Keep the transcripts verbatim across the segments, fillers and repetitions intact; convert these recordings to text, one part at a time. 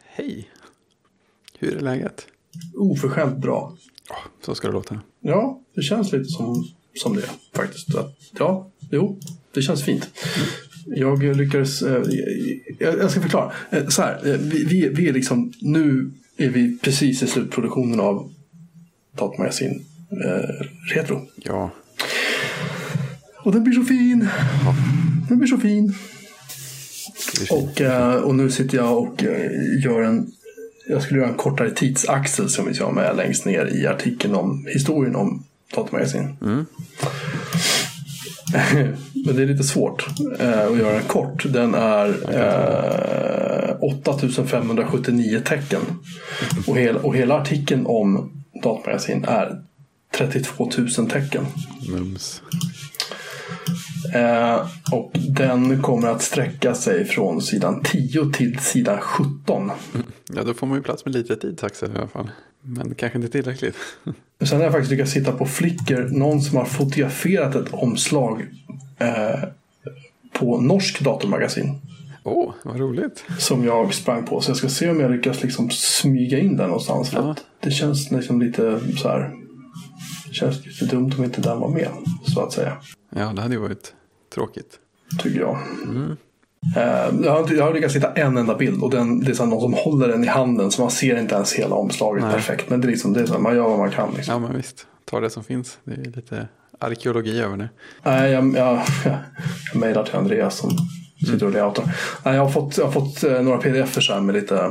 Hej. Hur är läget? Oförskämt bra. Oh, så ska det låta. Ja, det känns lite som, som det faktiskt. Att, ja, jo, det känns fint. Jag lyckades... Eh, jag, jag ska förklara. Eh, så här, eh, vi, vi, vi är liksom... Nu är vi precis i slutproduktionen av Datamagasin eh, Retro. Ja. Och den blir så fin. Ja. Den blir så fin. Det och, eh, och nu sitter jag och eh, gör en... Jag skulle göra en kortare tidsaxel som vi ska ha med längst ner i artikeln om historien om Datamagasin. Mm. Men det är lite svårt eh, att göra den kort. Den är eh, åtta tusen femhundrasjuttionio tecken. Och, hel, och hela artikeln om Datamagasin är trettiotvå tusen tecken. Mums. Eh, och den kommer att sträcka sig från sidan tio till sidan sjutton. Ja, då får man ju plats med lite tidsaxel i alla fall. Men kanske inte tillräckligt. Sen har jag faktiskt lyckats sitta på Flickr. Någon som har fotograferat ett omslag eh, på norsk datamagasin. Åh, oh, vad roligt. Som jag sprang på. Så jag ska se om jag lyckas liksom smyga in den någonstans. För Ja. att det känns liksom lite så här. Det känns lite dumt om inte den var med, så att säga. Ja, det hade ju varit tråkigt. Tycker jag. Mm. Uh, jag, har, jag har lyckats hitta en enda bild. Och den, det är så någon som håller den i handen. Så man ser inte ens hela omslaget. Nej. Perfekt. Men det är liksom, det är så, man gör vad man kan liksom. Ja, men visst. Ta det som finns. Det är lite arkeologi över det. Nej, jag, jag, jag, jag mejlar till Andreas som sitter och layoutar. Nej, jag har fått, jag har fått uh, några pdf-er så här med lite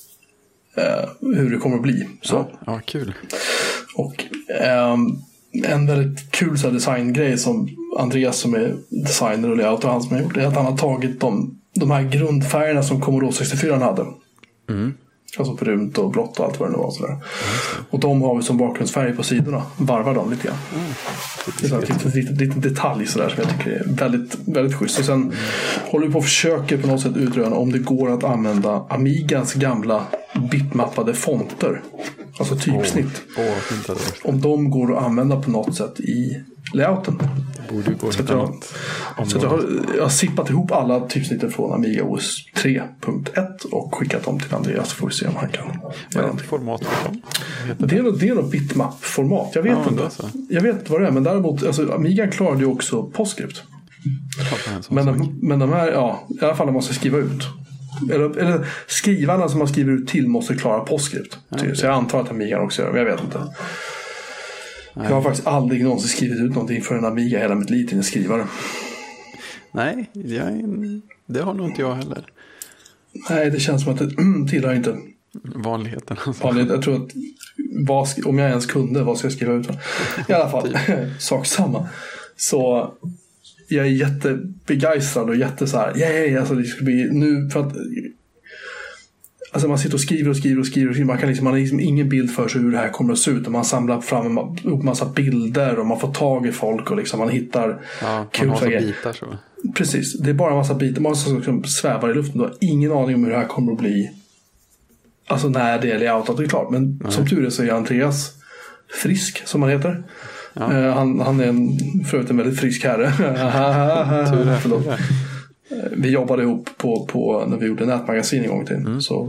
uh, hur det kommer att bli. Så. Ja, ja, kul. Och um, en väldigt kul så här designgrej som Andreas som är designer och layouter han som har gjort är att han har tagit de, de här grundfärgerna som Commodore sextiofyra hade. Mm. Alltså brunt och blått och allt vad det nu var. Sådär. Mm. Och de har vi som bakgrundsfärg på sidorna. Varvar dem lite grann. Mm. Det är en liten, liten, liten detalj sådär som jag tycker är väldigt, väldigt schysst. Och sen mm. håller vi på och försöker på något sätt utröna om det går att använda Amigans gamla bitmappade fonter. Alltså typsnitt. Oh. Oh, om de går att använda på något sätt i layouten. Det borde ju gå så jag, så jag har jag har sippat ihop alla typsnitten från Amiga O S tre punkt ett och skickat dem till Andreas så får vi se om han kan göra någonting. Format för dem? Det är nog, det är nog bitmap-format. Jag vet ja, inte. Jag vet inte vad det är. Men däremot, alltså, Amiga klarade ju också PostScript. Men de, men de här, ja, i alla fall de måste skriva ut. Eller, eller skrivarna som man skriver ut till måste klara PostScript. Okay. Så jag antar att Amiga också gör det, men jag vet inte. Nej. Jag har faktiskt aldrig någonsin skrivit ut någonting för en Amiga hela mitt liv till en skrivare. Nej, jag, det har nog inte jag heller. Nej, det känns som att det tillhör inte vanligheten. Alltså. Vanlighet, jag tror att vad, om jag ens kunde, vad ska jag skriva ut? I alla fall, sak samma. Så jag är jättebegeistrad och jätte så här, yeah, alltså det ska bli nu för att alltså man sitter och skriver och skriver och skriver och skriver. Man kan liksom, man har liksom ingen bild för sig hur det här kommer att se ut och man samlar fram en massa bilder och man får tag i folk och liksom man hittar ja, kul man har så bitar så. Precis, det är bara en massa bitar, man som liksom svävar i luften. Du har ingen aning om hur det här kommer att bli alltså när det är layoutat är klart. Men nej. Som tur är så är Andreas frisk som han heter. Ja. Uh, han, han är en, förut en väldigt frisk herre. Förlåt. Vi jobbade ihop på, på när vi gjorde nätmagasin en gång till. Mm. Så,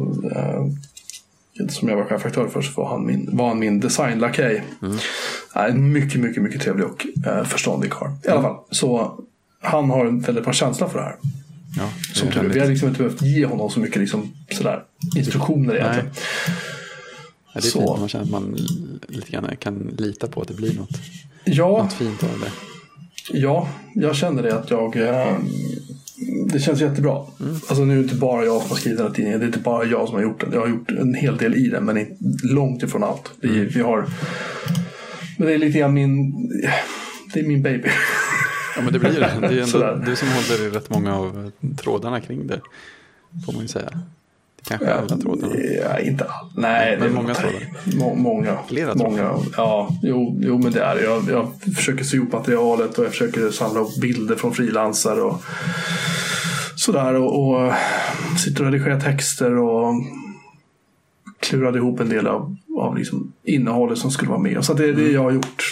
uh, som jag var chefredaktör för så var han min, var han min designlakej. Mm. Uh, en mycket, mycket, mycket trevlig och uh, förståndig karl. I alla fall. Så han har en väldigt bra känsla för det här. Ja, det som tur. Vi har liksom inte behövt ge honom så mycket liksom, sådär, instruktioner egentligen. Ja, det är så. Fint. Man känner att man lite grann kan lita på att det blir något, ja, något fint av det. Ja, jag känner det att jag eh, det känns jättebra. Mm. Alltså nu är det inte bara jag som har skrivit den här tidningen. Det är inte bara jag som har gjort den. Jag har gjort en hel del i den, men inte långt ifrån allt. Det är, vi har, men det är lite grann min det är min baby. Ja, men det blir det. Det är ändå du som håller i rätt många av trådarna kring det, får man ju säga. Kanske ja, alla trådarna. Ja, inte alla. Nej, men det är många trådar. Må, många. Flera många. trådar. Ja, jo, jo, men det är det. Jag, jag försöker sy ihop materialet och jag försöker samla upp bilder från frilansare och sådär. Och, och sitter och redigerar texter och klurade ihop en del av, av liksom innehållet som skulle vara med. Så det är det jag har gjort.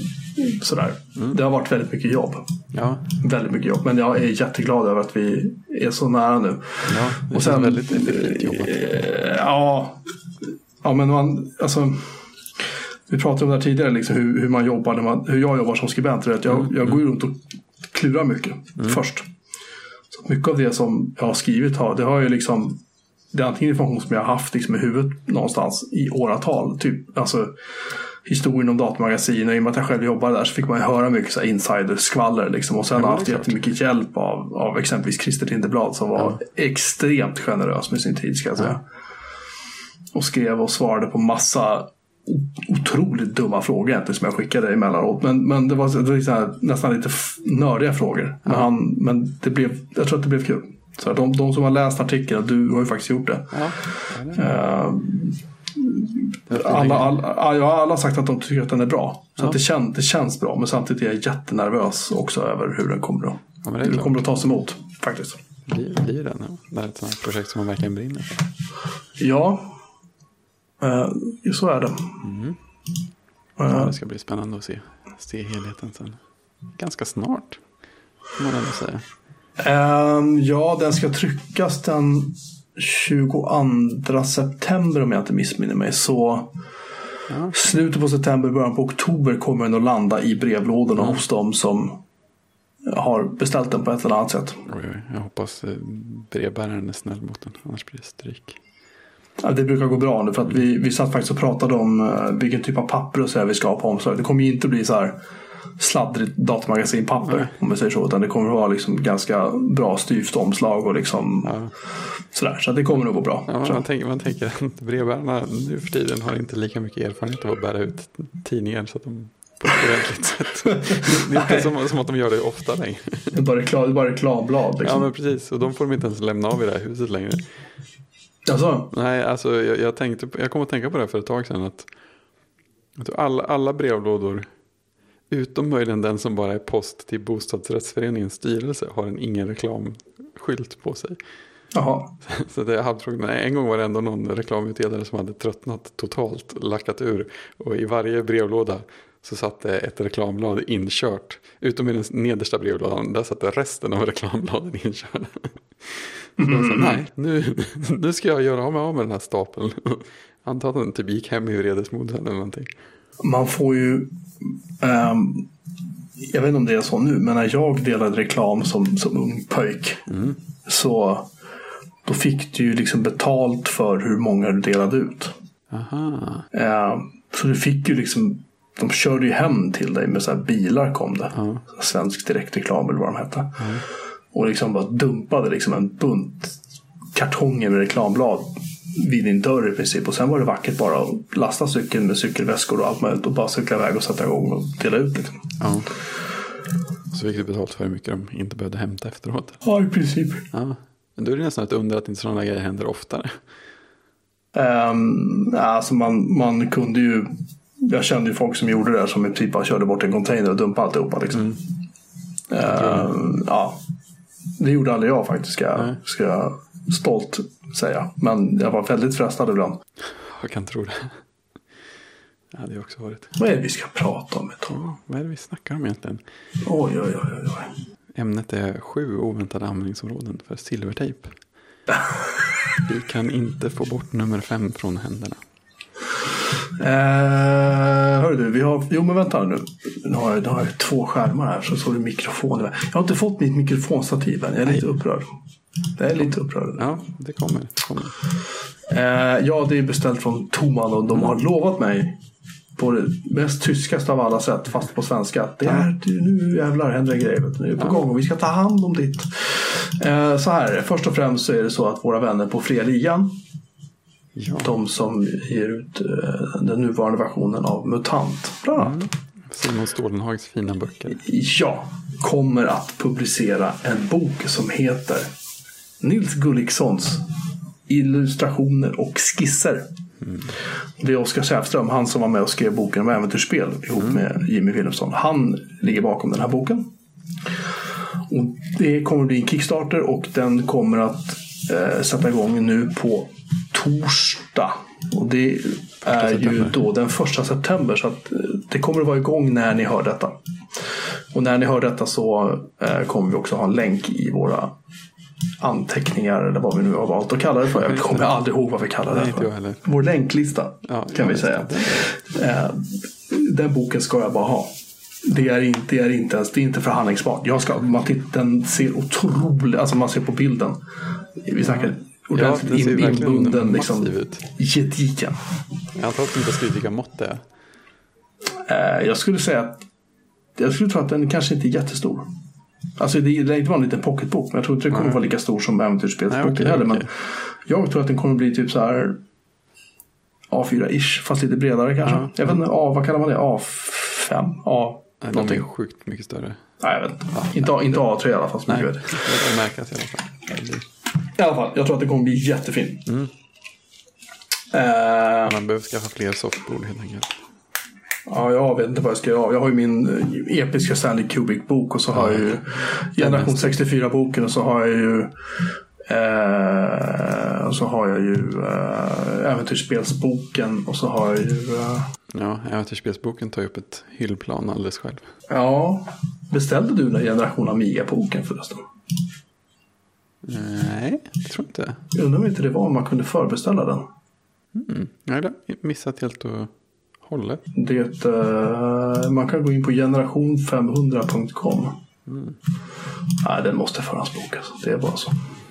Sådär. Mm. Det har varit väldigt mycket jobb. Ja. Väldigt mycket jobb. Men jag är jätteglad över att vi är så nära nu. Ja, det och sen, väldigt effektivt jobbat. Ja, ja, men man, alltså, vi pratade om det här tidigare, liksom, hur, hur man jobbar, när man, hur jag jobbar som skribent. Jag, Mm. jag går ju runt och klurar mycket mm. först. Så mycket av det som jag har skrivit har, det har ju liksom, det är antingen information som jag har haft liksom i huvudet någonstans i åratal. Typ, alltså historien om datamagasin, och i och med att jag själv jobbade där så fick man ju höra mycket så här insiderskvaller liksom. Och sen har jag haft jättemycket hjälp av, av exempelvis Christer Lindeblad som var ja. extremt generös med sin tid, ska jag säga. Ja. Och skrev och svarade på massa otroligt dumma frågor egentligen som jag skickade emellanåt. Men, men det var, det var liksom nästan lite nördiga frågor. Men, han, men det blev, jag tror att det blev kul. Så de, de som har läst artikeln, du har ju faktiskt gjort det. Ja, uh, alla, alla, ja, alla har sagt att de tycker att den är bra. Så ja. att det, kän, det känns bra. Men samtidigt är jag jättenervös också över hur den kommer att, ja, hur den kommer att tas emot faktiskt. Blir, blir den? Ja. Det är ett sånt projekt som man verkligen brinner för. Ja, uh, så är det. Mm. Ja, det ska bli spännande att se, se helheten sen. Ganska snart, får man ändå säga. Um, ja, den ska tryckas den tjugoandra september om jag inte missminner mig. Så ja. slutet på september, början på oktober kommer den att landa i brevlådorna ja. hos dem som har beställt den på ett eller annat sätt. Oj, oj. Jag hoppas brevbäraren är snäll mot den, annars blir det stryk. Ja, det brukar gå bra nu, för att vi, vi satt faktiskt och pratade om vilken typ av papper och så här vi ska ha på omslag. Det kommer ju inte bli så här sladdrigt datamagasinpapper, Nej. om vi säger så, utan det kommer att vara liksom ganska bra styvt omslag och liksom ja. sådär, så det kommer nog gå bra. Ja, man, tänker, man tänker att brevbärarna nu för tiden har inte lika mycket erfarenhet av att bära ut tidningar så att de på ett ordentligt sätt. Det är inte som, som att de gör det ofta längre. Det är bara reklam, det är bara reklamblad liksom. Ja, men precis, och de får de inte ens lämna av i det här huset längre. Alltså? Nej, alltså jag, jag tänkte, jag kom att tänka på det för ett tag sedan att, att alla, alla brevlådor utom möjligen den som bara är post till bostadsrättsföreningens styrelse har en ingen reklamskylt på sig. Jaha. Så det är halvtråkigt. En gång var det ändå någon reklamutdelare som hade tröttnat totalt, lackat ur. Och i varje brevlåda så satt det ett reklamblad inkört. Utom i den nedersta brevlådan, där satt det resten av reklambladen inkörda. Mm. Så nej, nu, nu ska jag göra av med, av med den här stapeln. Antagligen typ gick hem i vredesmod eller någonting. Man får ju um, jag vet inte om det är så nu, men när jag delade reklam som, som ung pojk mm. så då fick du ju liksom betalt för hur många du delade ut. Aha. Um, så du fick ju liksom, de körde ju hem till dig med så här bilar, kom det. Mm. Svensk direktreklam eller vad de hette. Mm. Och liksom bara dumpade liksom en bunt kartonger med reklamblad vid din dörr i princip. Och sen var det vackert bara att lasta cykeln med cykelväskor och allt möjligt och bara cykla iväg och sätta igång och dela ut liksom. Ja. Så fick du betalt för hur mycket de inte behövde hämta efteråt. Ja, i princip. Ja. Men då är det nästan ett under att inte sådana grejer händer oftare. Um, alltså man, man kunde ju, jag kände ju folk som gjorde det som i princip bara körde bort en container och dumpade alltihopa liksom. Mm. Uh, ja, det gjorde aldrig jag faktiskt, ska, mm. ska jag stolt säga. Men jag var väldigt frestad ibland. Jag kan tro det. Det hade jag också varit. Vad är det vi ska prata om ett tag? Ja, vad är det vi snackar om egentligen? Oj, oj, oj, oj. Ämnet är sju oväntade användningsområden för silvertejp. Vi kan inte få bort nummer fem från händerna. Eh, hör du, vi har, jo men vänta nu. Nu har jag, nu har jag två skärmar här, så står det mikrofoner. Jag har inte fått mitt mikrofonstativ än, jag är Nej. lite upprörd. Jag är lite upprörd. Ja, det kommer. Det kommer. Eh, ja, det är beställt från Thomann och de har lovat mig på det mest tyskaste av alla sätt, fast på svenska, att det är, nu jävlar händer grejer, nu är på ja. gång och vi ska ta hand om ditt. Eh, så här, först och främst så är det så att våra vänner på Fria Ligan, ja. de som ger ut eh, den nuvarande versionen av MUTANT bland annat. Mm. Simon Stålenhags fina böcker. Ja, kommer att publicera en bok som heter Nils Gullikssons illustrationer och skisser. Mm. Det är Oskar Säfström, han som var med och skrev boken om äventyrsspel ihop mm. med Jimmy Wilhelmsson. Han ligger bakom den här boken. Och det kommer att bli en Kickstarter och den kommer att eh, sätta igång nu på torsdag. Och det är ju då den första september, så att det kommer att vara igång när ni hör detta. Och när ni hör detta så eh, kommer vi också ha en länk i våra anteckningar eller vad vi nu har valt att kalla det för. Jag kommer aldrig ihåg vad vi kallar det Nej, för. inte jag heller. Vår länklista Ja, kan vi just säga. Eh, Den boken ska jag bara ha. Det är inte, det är inte ens, det är inte förhandlingsbart. Jag ska, man tittar, den ser otroligt, alltså man ser på bilden. Vi snackar ordentligt ja, in, inbunden, liksom ut. gedigen. Jag antar att du inte har skrivit vilka mått det är. Eh, jag skulle säga att jag skulle tro att den kanske inte är jättestor. Alltså det är inte bara en liten pocketbok, men jag tror inte det kommer Nej. vara lika stor som äventyrsspelsboken okay, heller. okay. Men jag tror att den kommer bli typ så här A fyra-ish, fast lite bredare kanske. Ja. Jag vet inte, A, vad kallar man det? A fem? A Nej, någonting. de är sjukt mycket större. Nej, jag vet inte. Ja, inte, nej. inte A tre i alla fall. Nej, det märkas i alla fall. I alla fall, jag tror att det kommer bli jättefin. Mm. Uh, Man behöver skaffa fler softboard helt enkelt. Ja, jag vet inte vad jag ska göra. Jag har ju min episka Stanley Kubrick-bok och så har jag ju Generation sextiofyra-boken och så har jag ju eh, och så har jag ju eh, äventyrsspelsboken och så har jag ju eh, ja, äventyrsspelsboken tar ju upp ett hyllplan alldeles själv. Ja, beställde du den Generation Amiga-boken förresten? Nej, jag tror inte. Jag undrar om inte det var om man kunde förbeställa den. Mm. Nej, det har jag missat helt och hållet. Det, uh, man kan gå in på generation femhundra punkt com. Mm. Nej, den måste förhandsbokas. Det är bara så.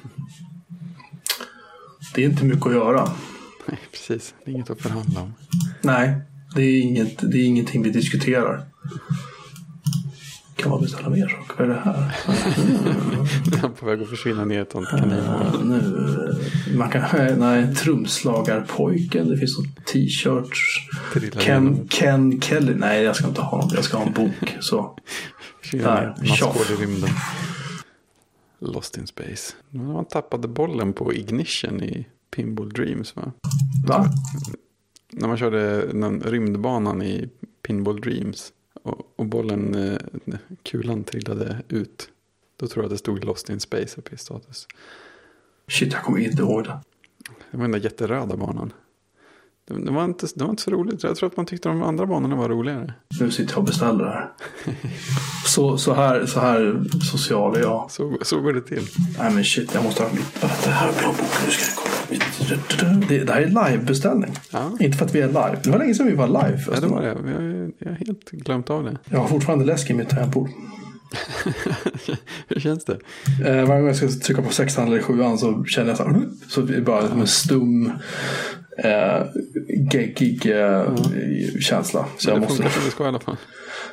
Det är inte mycket att göra. Nej, precis. Det är inget att förhandla om. Nej, det är, inget, det är ingenting vi diskuterar. Kan man beställa mer saker? Vad är det här? Mm. Jag är på väg att försvinna ner ett sånt kaninhål. Nu, man kan, nej, trumslagarpojken. Det finns något t-shirts. Ken, Ken Kelly. Nej, jag ska inte ha något. Jag ska ha en bok. Så. Där, maskhål i rymden. Lost in Space. Man tappade bollen på Ignition i Pinball Dreams, va? Va? När man körde den rymdbanan i Pinball Dreams. Och, och bollen, eh, kulan trillade ut. Då tror jag att det stod Lost in Space uppe i status. Shit, jag kommer inte ihåg det. Det var den där jätteröda banan. Det, det, var inte, det var inte så roligt. Jag tror att man tyckte de andra banorna var roligare. Nu sitter jag och beställer det här. så, så, här så här social är jag. Så, så går det till. Nej men shit, jag måste ha mitt... Det här är bra bok. Nu ska jag kolla. Mitt... Det, det här är live-beställning. Ja. Inte för att vi är live. Det var länge sedan vi var live. Ja, det var det. Jag, jag har helt glömt av det. Jag har fortfarande läsk i mitt tangentbord. Hur känns det? Eh, varje gång jag ska trycka på sexan eller sjuan så känner jag så här, så det är bara en stum eh, geggig eh, ja. känsla. Så men jag det måste... funkar som det ska i alla fall.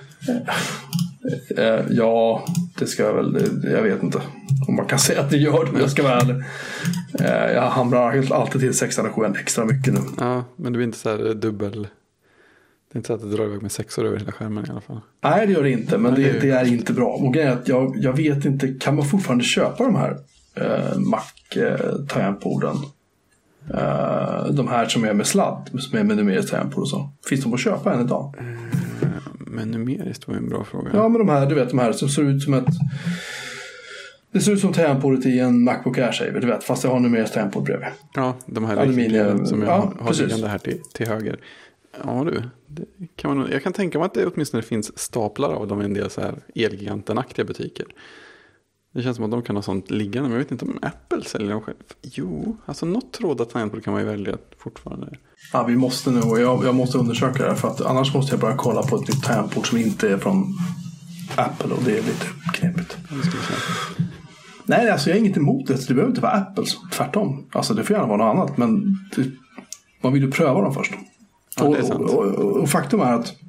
Eh, eh, ja, det ska jag väl. Det, jag vet inte om man kan säga att det gör det. Men jag ska vara ärlig. Eh, jag hamrar alltid till sexan och sjuan extra mycket nu. Ja, men du är inte så här dubbel... Det är inte så att det drar iväg med sexor över hela skärmen i alla fall. Nej, det gör det inte. Men det, det är inte bra. Och grejen är att jag, jag vet inte, kan man fortfarande köpa de här eh, Mac-tangentborden? Eh, de här som är med sladd, som är med numeriskt tangentbord och så. Finns de att köpa än idag? Eh, men numeriskt var en bra fråga. Ja, men de här, du vet, de här som ser ut som ett... Det ser ut som tangentbordet i en Macbook Airsaver, du vet, fast jag har numeriskt tangentbord bredvid. Ja, de här aluminium som jag ja, har liggande här till, till höger. Ja du, det kan man, jag kan tänka mig att det åtminstone finns staplar av dem i en del så här Elgiganten-aktiga butiker. Det känns som att de kan ha sånt liggande, men jag vet inte om Apple säljer dem själv. Jo, alltså något trådat tangentbord kan man ju välja fortfarande. Ja, vi måste nu, och jag, jag måste undersöka det här, för att annars måste jag börja kolla på ett nytt tangentbord som inte är från Apple, och det är lite knepigt. Nej, alltså jag är inget emot det. Det behöver inte vara Apple, tvärtom. Alltså det får gärna vara något annat, men det, man vill ju pröva dem först. Ja, och, det är sant. Och, och, och faktum är att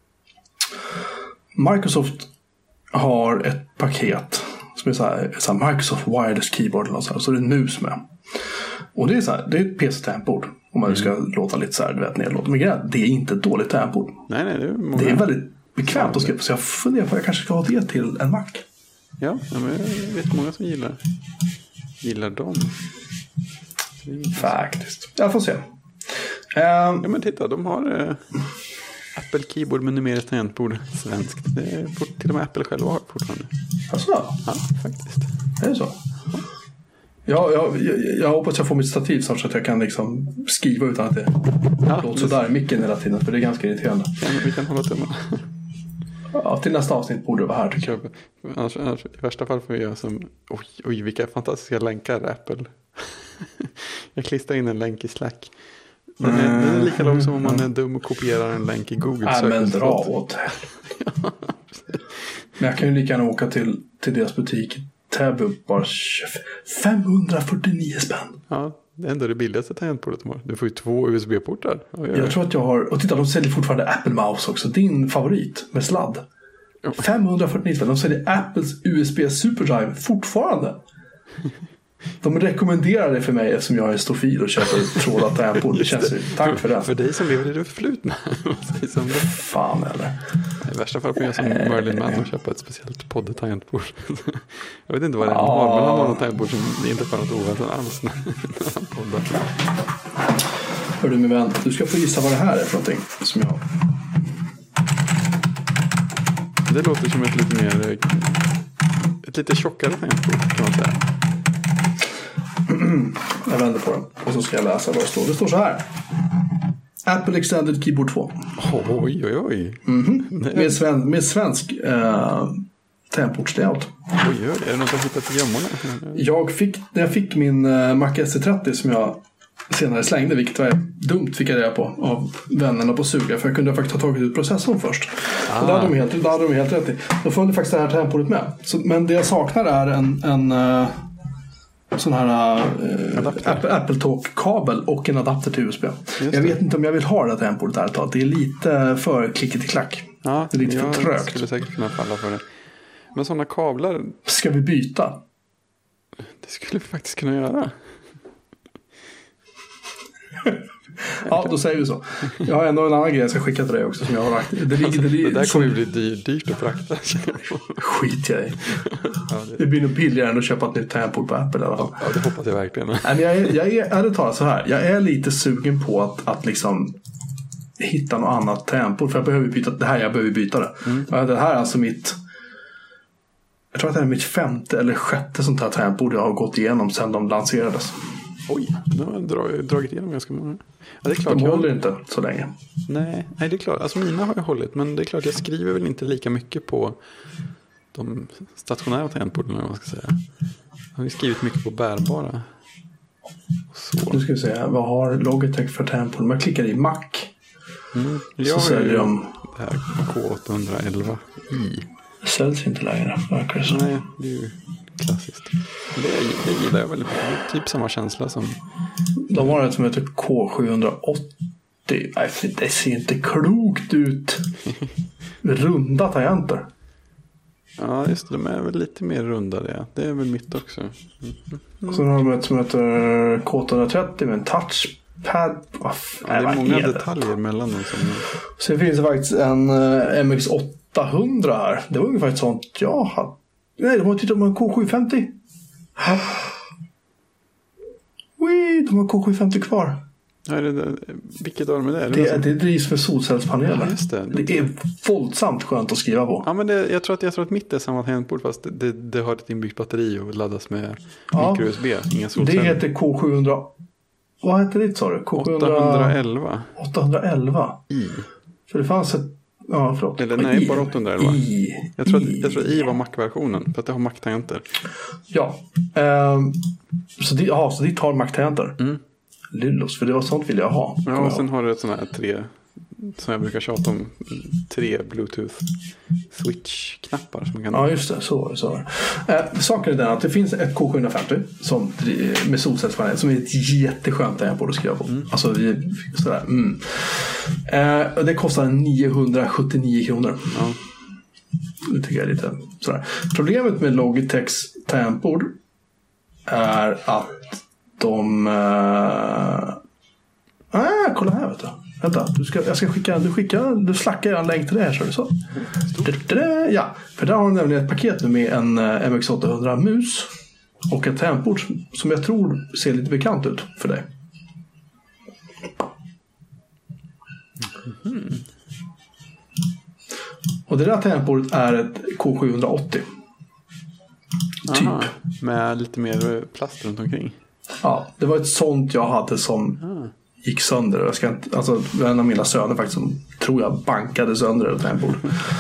Microsoft har ett paket som är så här, så här Microsoft Wireless Keyboard eller så här, så det är en mus med. Och det är så här, det är ett P C-tangentbord om man mm. ska låta lite så här, du vet, nedlåt. Men grejen, det är inte ett dåligt tangentbord. Nej, nej, det är många... Det är väldigt bekvämt att skriva, så jag funderar på att jag kanske ska ha det till en Mac. Ja, men jag vet många som gillar gillar dem. Faktiskt. Jag får se. Um, ja, men titta, de har uh, Apple Keyboard med numeriskt tangentbord svenskt. Det är till och med Apple själva har fortfarande. Alltså? Ja, faktiskt. Är det så? Ja. Jag, jag, jag, jag hoppas jag får mitt stativ snart så att jag kan liksom skriva utan att det ja, låter sådär i micken hela tiden, för det är ganska irriterande. Ja, men vi kan hålla tummarna. Ja, till nästa avsnitt borde det vara här tycker jag. Annars, annars, i värsta fall får vi göra som, oj, oj vilka fantastiska länkar Apple. Jag klistrar in en länk i Slack. Den är, mm. den är lika lång som om man är dum och kopierar en länk i Google. Nej, men dra åt. Men jag kan ju lika gärna åka till, till deras butik Täby bara femhundrafyrtionio spänn. Ja, det är ändå det billigaste tangentbordet de har. Du får ju två U S B-portar. Jag tror att jag har, och titta, de säljer fortfarande Apple Mouse också. Din favorit med sladd. femhundrafyrtionio spänn. De säljer Apples U S B SuperDrive fortfarande. De rekommenderar det för mig eftersom jag är en stofil och köper trådat tangentbord. Det känns ju, tack för det. För dig som lever i det förflutna. Fan eller. I värsta fall får jag som Merlin Man och köpa ett speciellt podd-tangentbord. Jag vet inte vad det är han har, men han har något tangentbord som inte får något oväntat alls när han poddar. Hör du min vän, du ska få gissa vad det här är för någonting som jag har. Det låter som ett lite mer ett lite tjockare tangentbord kan man säga. Jag vänder på den och så ska jag läsa vad det står. Det står så här. Apple Extended Keyboard två. Oj, oj, oj. Mm-hmm. Med, sven- med svensk eh, tangentbordslayout. Oj, oj, är det något jag hittat i gömmorna? Jag fick, när jag fick min eh, Mac S C trettio som jag senare slängde, vilket var dumt fick jag reda på av vännerna på Suga, för jag kunde faktiskt ha tagit ut processorn först. Ah. Och där hade de helt, där hade de helt rätt i. Då följde faktiskt det här tangentbordet med. Så, men det jag saknar är en, en uh, sån här uh, Apple, Apple Talk-kabel och en adapter till U S B. Jag vet inte om jag vill ha det här tangentbordet här. Det är lite för klicket i klack. Ja, det är lite för trögt. Jag skulle säkert kunna falla för det. Men sådana kablar... Ska vi byta? Det skulle vi faktiskt kunna göra. Ja, då säger vi så. Jag har ändå en annan grej jag ska skicka till dig också som jag har lagt. Det, ligger, alltså, det, det där som... kommer ju bli dyr, dyrt att frakta. Skit jag i. Ja, det... det blir nog billigare än att köpa ett nytt tangentbord på Apple i alla fall. Ja, det hoppas jag verkligen. Nej, men jag är, jag är ärligt talat så här. Jag är lite sugen på att, att liksom hitta något annat tangentbord. För jag behöver byta det här, jag behöver byta det. Mm. Ja, det här är alltså mitt... Jag tror att det är mitt femte eller sjätte sånt här tangentbord jag har gått igenom sedan de lanserades. Oj, nu har jag dragit, dragit igenom ganska många. Ja, det är klart, de håller jag... inte så länge. Nej, nej, det är klart. Alltså mina har jag hållit, men det är klart jag skriver väl inte lika mycket på de stationära tangentborden, eller vad man ska säga. Jag har ju skrivit mycket på bärbara. Så. Nu ska vi se, vad har Logitech för tangentbord? Man klickar i Mac. Mm. Jag så säljer de... Det här K åttahundraelva i. Det säljs inte längre, verkar det så. Nej, det är ju klassiskt. Det, det gillar jag väldigt mycket. Det är typ samma känsla som... De har ett som heter K sjuhundraåttio. Nej, det ser inte klokt ut. Runda tangenter. Ja, just det. De är väl lite mer runda det. Det är väl mitt också. Mm. Mm. Och så har de ett som heter K åttahundratrettio med en touchpad. Oh, ja, det är många detaljer mellan dem. Som... Sen finns det faktiskt en uh, M X åttahundra här. Det var ungefär ett sånt jag hade. Nej, de har tittat på en K sjuhundrafemtio. Wii, de har K sjuhundrafemtio kvar. Ja, det, det, vilket av dem är det? Det, det, det drivs med solcellspaneler. Ja, just det. Det är våldsamt skönt att skriva på. Ja, men det, jag, tror att, jag tror att mitt är samma tangentbord, fast det, det, det har ett inbyggt batteri och laddas med ja, micro-U S B. Inga solceller. Det heter K sjuhundra. Vad heter det, sa du? K sjuhundra... åttahundraelva. åttahundraelva. I. För det fanns ett... Ja, förlåt. Eller nej, I. bara åttahundraelva. I. Jag tror, I. att, jag tror att I var Mac-versionen, för att det har Mac-tangenter. Ja. Um, så, det, ja, så det tar Mac-tangenter. Mm. Lillos, för det var sånt vill jag ha. Ja, och sen har du ett sån här tre, som jag brukar tjata om, tre Bluetooth switch-knappar. Som man kan... Ja, just det. Så var det. Så var det. Eh, saken är den att det finns ett K sjuhundrafemtio som, med solcellspanel som är ett jätteskönt tangentbord att skriva på. Mm. Alltså, sådär. Mm. Eh, och det kostar niohundrasjuttionio kronor. Ja. Det tycker jag är lite sådär. Problemet med Logitechs tangentbord är att de... Uh... Ah, kolla här, vet du. Vänta, du ska, jag ska skicka, du skickar, du slackar en länk till det här, så är det så. Ja, för där har de nämligen ett paket med en M X åttahundra mus och ett tangentbord som jag tror ser lite bekant ut för dig. Mm. Och det där tangentbordet är ett K sjuhundraåttio. Typ. Aha, med lite mer plast runt omkring. Ja, det var ett sånt jag hade som ah. gick sönder. Jag ska inte, alltså, en av mina söner faktiskt som tror jag bankade sönder ett tangentbord.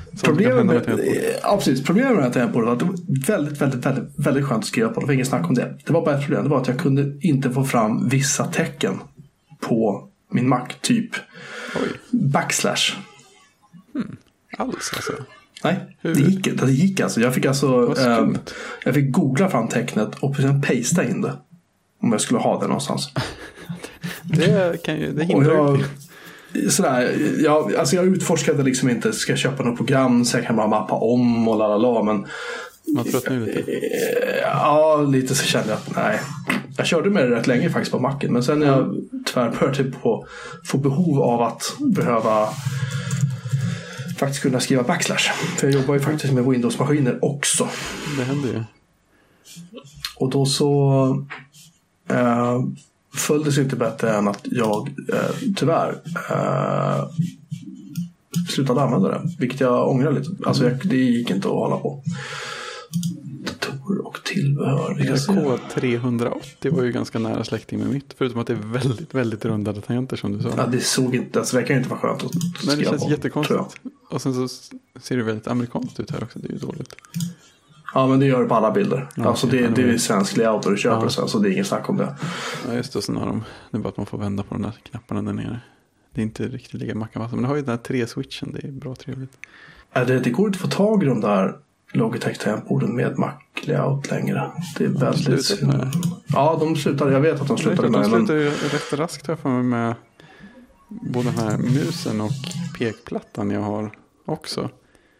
Problemet med, ja, precis. Problemet med det här tangentbordet var att det var väldigt, väldigt, väldigt, väldigt skönt att skriva på. Det var ingen snack om det. Det var bara ett problem. Det var att jag kunde inte få fram vissa tecken på min Mac. Typ Oj. backslash. Hmm. Alls alltså? Nej, Hur? det gick inte. Det gick alltså. Jag fick alltså eh, jag fick googla fram tecknet och sen pasta in det. Om jag skulle ha det någonstans. det, kan ju, det hindrar ju. Sådär, jag, alltså jag utforskade liksom inte, ska jag köpa något program så jag kan bara mappa om och lalala, men man trött nu lite. Ja, lite så kände jag att nej. Jag körde med det rätt länge faktiskt på Macen, men sen jag tyvärr började på få behov av att behöva faktiskt kunna skriva backslash. För jag jobbar ju faktiskt med Windows-maskiner också. Det händer ju. Och då så eh, följdes inte bättre än att jag eh, tyvärr eh, slutade använda det. Vilket jag ångrar lite. Alltså jag, det gick inte att hålla på. Datorer och tillbehör. K trehundraåttio var ju ganska nära släkting med mitt. Förutom att det är väldigt, väldigt rundade tangenter som du sa. Ja, det såg inte, alltså det kan ju inte vara skönt att skriva på. Nej, det känns på, jättekonstigt. Och sen så ser det väldigt amerikanskt ut här också. Det är ju dåligt. Ja, men det gör det på alla bilder. Ja, alltså det, det är ju svensk layout och du köper ja. Sen, så det är ingen snack om det. Ja, just det. Sen har de, det är bara att man får vända på de där knapparna där nere. Det är inte riktigt lika mackamassa. Men det har ju den här tre switchen. Det är bra trevligt. Ja, det, det går inte att få tag i de där Logitech-tangentborden med Mac-layout längre. Det är väldigt synd. Ja, de slutade. Jag vet att de slutade med det. De slutade men... rätt raskt här för mig med både den här musen och pekplattan jag har också.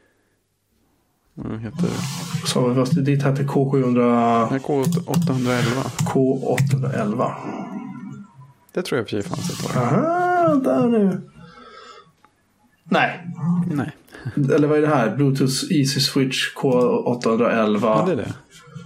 Vad heter det? Så fast ditt hette K sjuhundra... Nej, K åttahundraelva. K åttahundraelva. Det tror jag för sig fanns ett tag. Aha, där nu. Nej. Nej. Eller vad är det här? Bluetooth Easy Switch K åttahundraelva. Ja, det är det.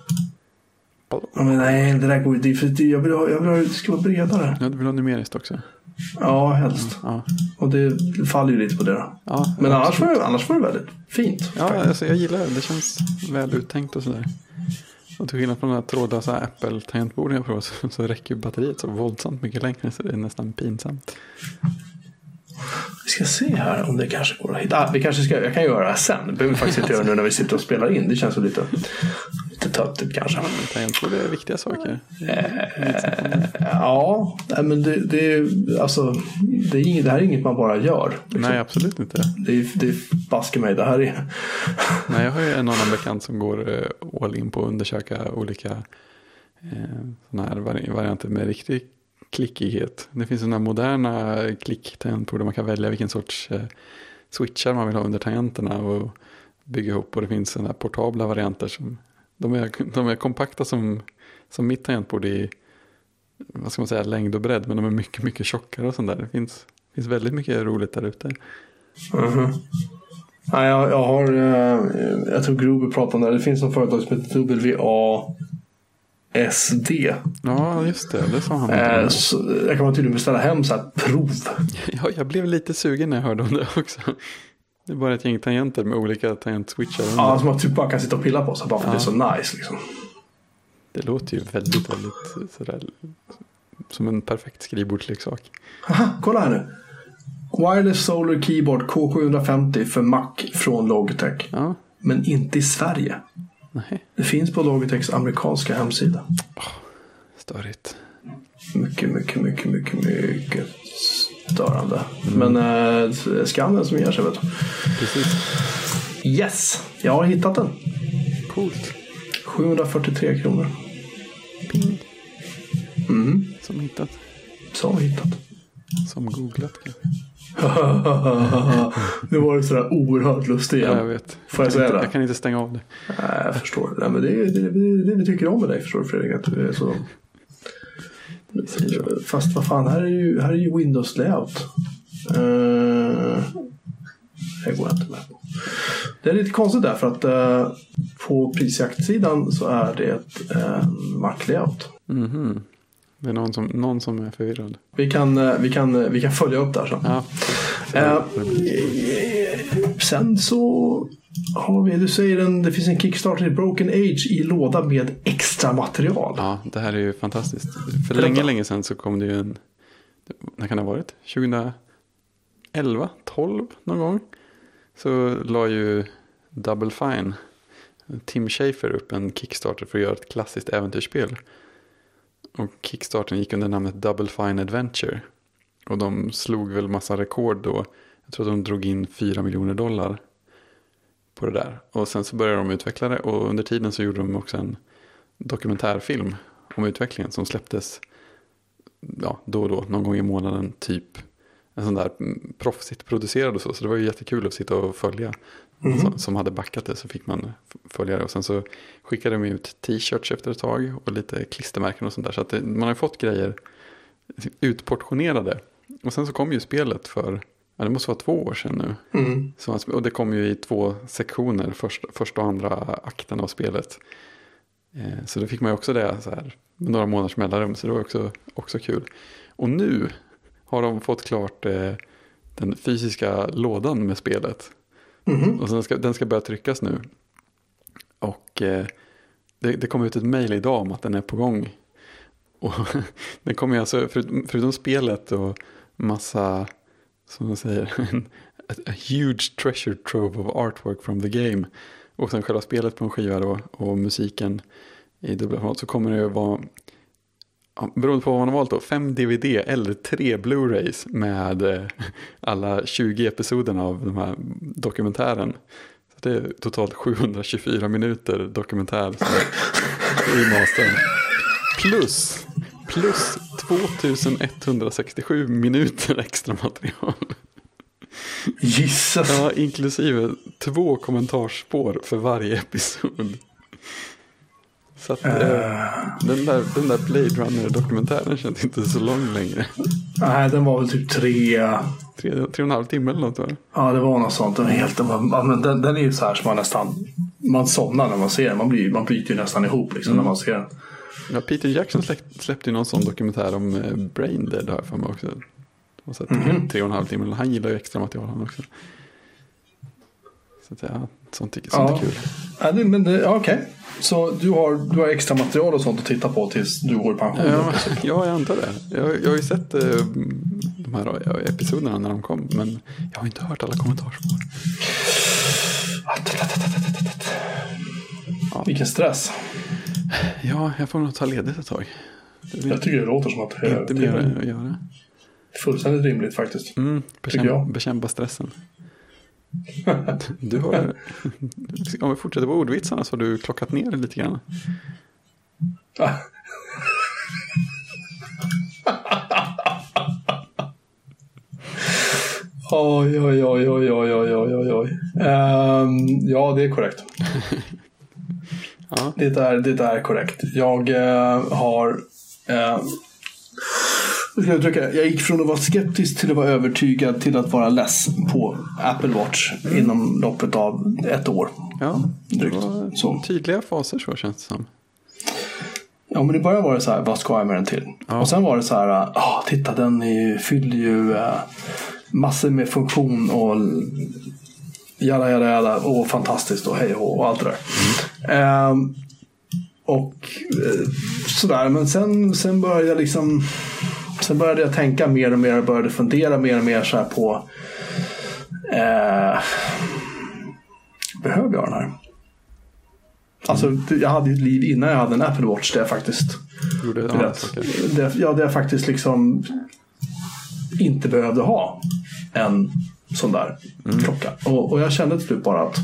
Ja, men nej, det där går ju. För jag vill ha, jag vill ha, det ska vara bredare. Ja, du vill ha numeriskt också? Ja, helst. Ja. Och det faller ju lite på det då. Ja, men annars var, det, annars var det väldigt fint. Ja, alltså, jag gillar det. Det känns väl uttänkt och sådär. Och till skillnad från den här trådlösa Apple-tangentborden jag provat så, så räcker ju batteriet så våldsamt mycket längre så det är nästan pinsamt. Vi ska se här om det kanske går att hitta. Ah, vi kanske ska, jag kan göra det här sen. Det behöver vi faktiskt inte göra nu när vi sitter och spelar in. Det känns så lite, lite töntigt kanske. Ja, tangentbord är viktiga saker. Eh, ja, men det, det, alltså, det, är inget, det här är inget man bara gör. Liksom. Nej, absolut inte. Det, det baskar mig. Det här är... Nej, jag har ju en annan bekant som går uh, all in på att undersöka olika uh, såna här vari- varianter med riktig klickighet. Det finns sådana moderna klicktangentbord där man kan välja vilken sorts uh, switchar man vill ha under tangenterna och bygga ihop. Och det finns sådana här portabla varianter som de är, de är kompakta som, som mitt tangentbord i vad ska man säga, längd och bredd, men de är mycket, mycket tjockare och sånt där. Det finns, finns väldigt mycket roligt där ute. Mm-hmm. Ja, jag, jag har eh, jag tror Grover pratade om det. Det finns en företag som heter W A S D. Ja, just det. Det sa han. Eh, så, jag kan vara tydlig med att beställa hem så här prov. Ja, jag blev lite sugen när jag hörde om det också. Det är bara ett gäng tangenter med olika tangentswitchar. Ja, som man typ bara kan sitta och pilla på så bara för ja. Det är så nice liksom. Det låter ju väldigt, väldigt sådär, som en perfekt skrivbordsleksak. Aha, kolla här nu. Wireless Solar Keyboard K sjuhundrafemtio för Mac från Logitech. Ja. Men inte i Sverige. Nej. Det finns på Logitechs amerikanska hemsida. Oh, störigt. Mycket, mycket, mycket, mycket, mycket störande. Mm. Men äh, skammen som ger sig, vet du. Precis. Yes, jag har hittat den. Coolt. sjuhundrafyrtiotre kronor. Ping. Mm. Som hittat. Som hittat. Som googlat kanske. Nu var det sådär oerhört lustigt igen. Ja, jag vet. Får jag, jag säga inte, det? Jag kan inte stänga av det. Nej, jag förstår. Nej, men det är det, det, det vi tycker om med dig, förstår du, Fredrik? Att du är så... Fast vad fan, här är ju, här är ju Windows layout. Uh, det går inte med på. Det är lite konstigt där för att uh, på prisjaktsidan så är det ett uh, Mac layout. Mhm. Det är någon som, någon som är förvirrad. Vi kan, uh, vi kan, uh, vi kan följa upp där så. Ja. Uh, sen så har vi, du säger en, det finns en Kickstarter i Broken Age i låda med extra material. Ja, det här är ju fantastiskt. För länge, länge sedan så kom det ju en, när kan det ha varit? tjugoelva, tolv någon gång. så la ju Double Fine, Tim Schafer, upp en Kickstarter för att göra ett klassiskt äventyrsspel. Och Kickstarten gick under namnet Double Fine Adventure. Och de slog väl massa rekord då. Jag tror att de drog in fyra miljoner dollar på det där. Och sen så började de utveckla det. Och under tiden så gjorde de också en dokumentärfilm om utvecklingen som släpptes ja, då och då, någon gång i månaden typ. En sån där proffsigt producerad och så. Så det var ju jättekul att sitta och följa. Mm. Som, som hade backat det, så fick man följa det. Och sen så skickade de ut t-shirts efter ett tag. Och lite klistermärken och sånt där. Så att det, man har fått grejer utportionerade. Och sen så kom ju spelet för, ja, det måste vara två år sedan nu. Mm. Så, och det kom ju i två sektioner. Först, första och andra akten av spelet. Eh, så då fick man ju också det så här, med några månaders mellanrum. Så det var också, också kul. Och nu har de fått klart eh, den fysiska lådan med spelet. Mm-hmm. Och sen ska, den ska börja tryckas nu. Och eh, det, det kommer ut ett mejl idag om att den är på gång. Och den kommer alltså, för, förutom spelet och massa, som man säger, a, a huge treasure trove of artwork from the game. Och sen själva spelet på en skiva då, och musiken i dubbla format, så kommer det att vara, beroende på vad man har valt då, fem D V D eller tre Blu-rays med eh, alla tjugo episoderna av den här dokumentären. Så det är totalt sjuhundratjugofyra minuter dokumentär som är i mastern. Plus, plus tvåtusenetthundrasextiosju minuter extra material. Jesus. Ja, inklusive två kommentarsspår för varje episod. Så att, uh. den, där, den där Blade Runner-dokumentären känns inte så lång längre. Nej, den var väl typ tre... Tre, tre och en halv timme eller något, va? Ja, det var något sånt. Den, helt, den, var, men den, den är ju så här som man nästan... Man somnar när man ser den. Man, blir, man bryter ju nästan ihop liksom, mm. när man ser den. Ja, Peter Jackson släppte, släppte ju någon sån dokumentär om eh, Brain Dead, har jag för mig också. Och så mm. tre och en halv timme. Han gillar ju extra material han också. Så att, ja, sånt, sånt ja. är kul. Ja, det, men det, ja, okej. Okay. Så du har, du har extra material och sånt att titta på tills du går i pension? Ja, ja, jag antar det. Jag, jag har ju sett eh, de här episoderna när de kom, men jag har inte hört alla kommentarsspår. Ja. Vilken stress. Ja, jag får nog ta ledigt ett tag. Det jag tycker det låter som att det är inte mer att göra. Fullständigt rimligt faktiskt. Mm, bekämpa, bekämpa stressen. Du har, om vi fortsätter på ordvitsarna, så har du klockat ner lite grann. Oj, oj, oj, oj, oj, oj, oj, oj. Um, ja, det är korrekt. Ja. Det, är, det är korrekt. Jag uh, har... Uh, Jag gick från att vara skeptisk till att vara övertygad till att vara less på Apple Watch mm. inom loppet av ett år. Ja, det var så. Tydliga faser, så känns det som. Ja, men det började vara så här, vad ska jag med den till? Ja. Och sen var det så här, ah, titta, den är, fyller ju äh, massor med funktion och jada, jada, jada, och fantastiskt och hej och, och allt det där. Mm. Um, och uh, sådär, men sen, sen började jag liksom... Sen började jag tänka mer och mer och började fundera mer och mer så här på eh, behöver jag den här? Alltså, jag hade ju ett liv innan jag hade en Apple Watch där jag faktiskt gjorde det, det, det, ja, där jag faktiskt liksom inte behövde ha en sån där mm. klocka. Och, och jag kände till slut bara att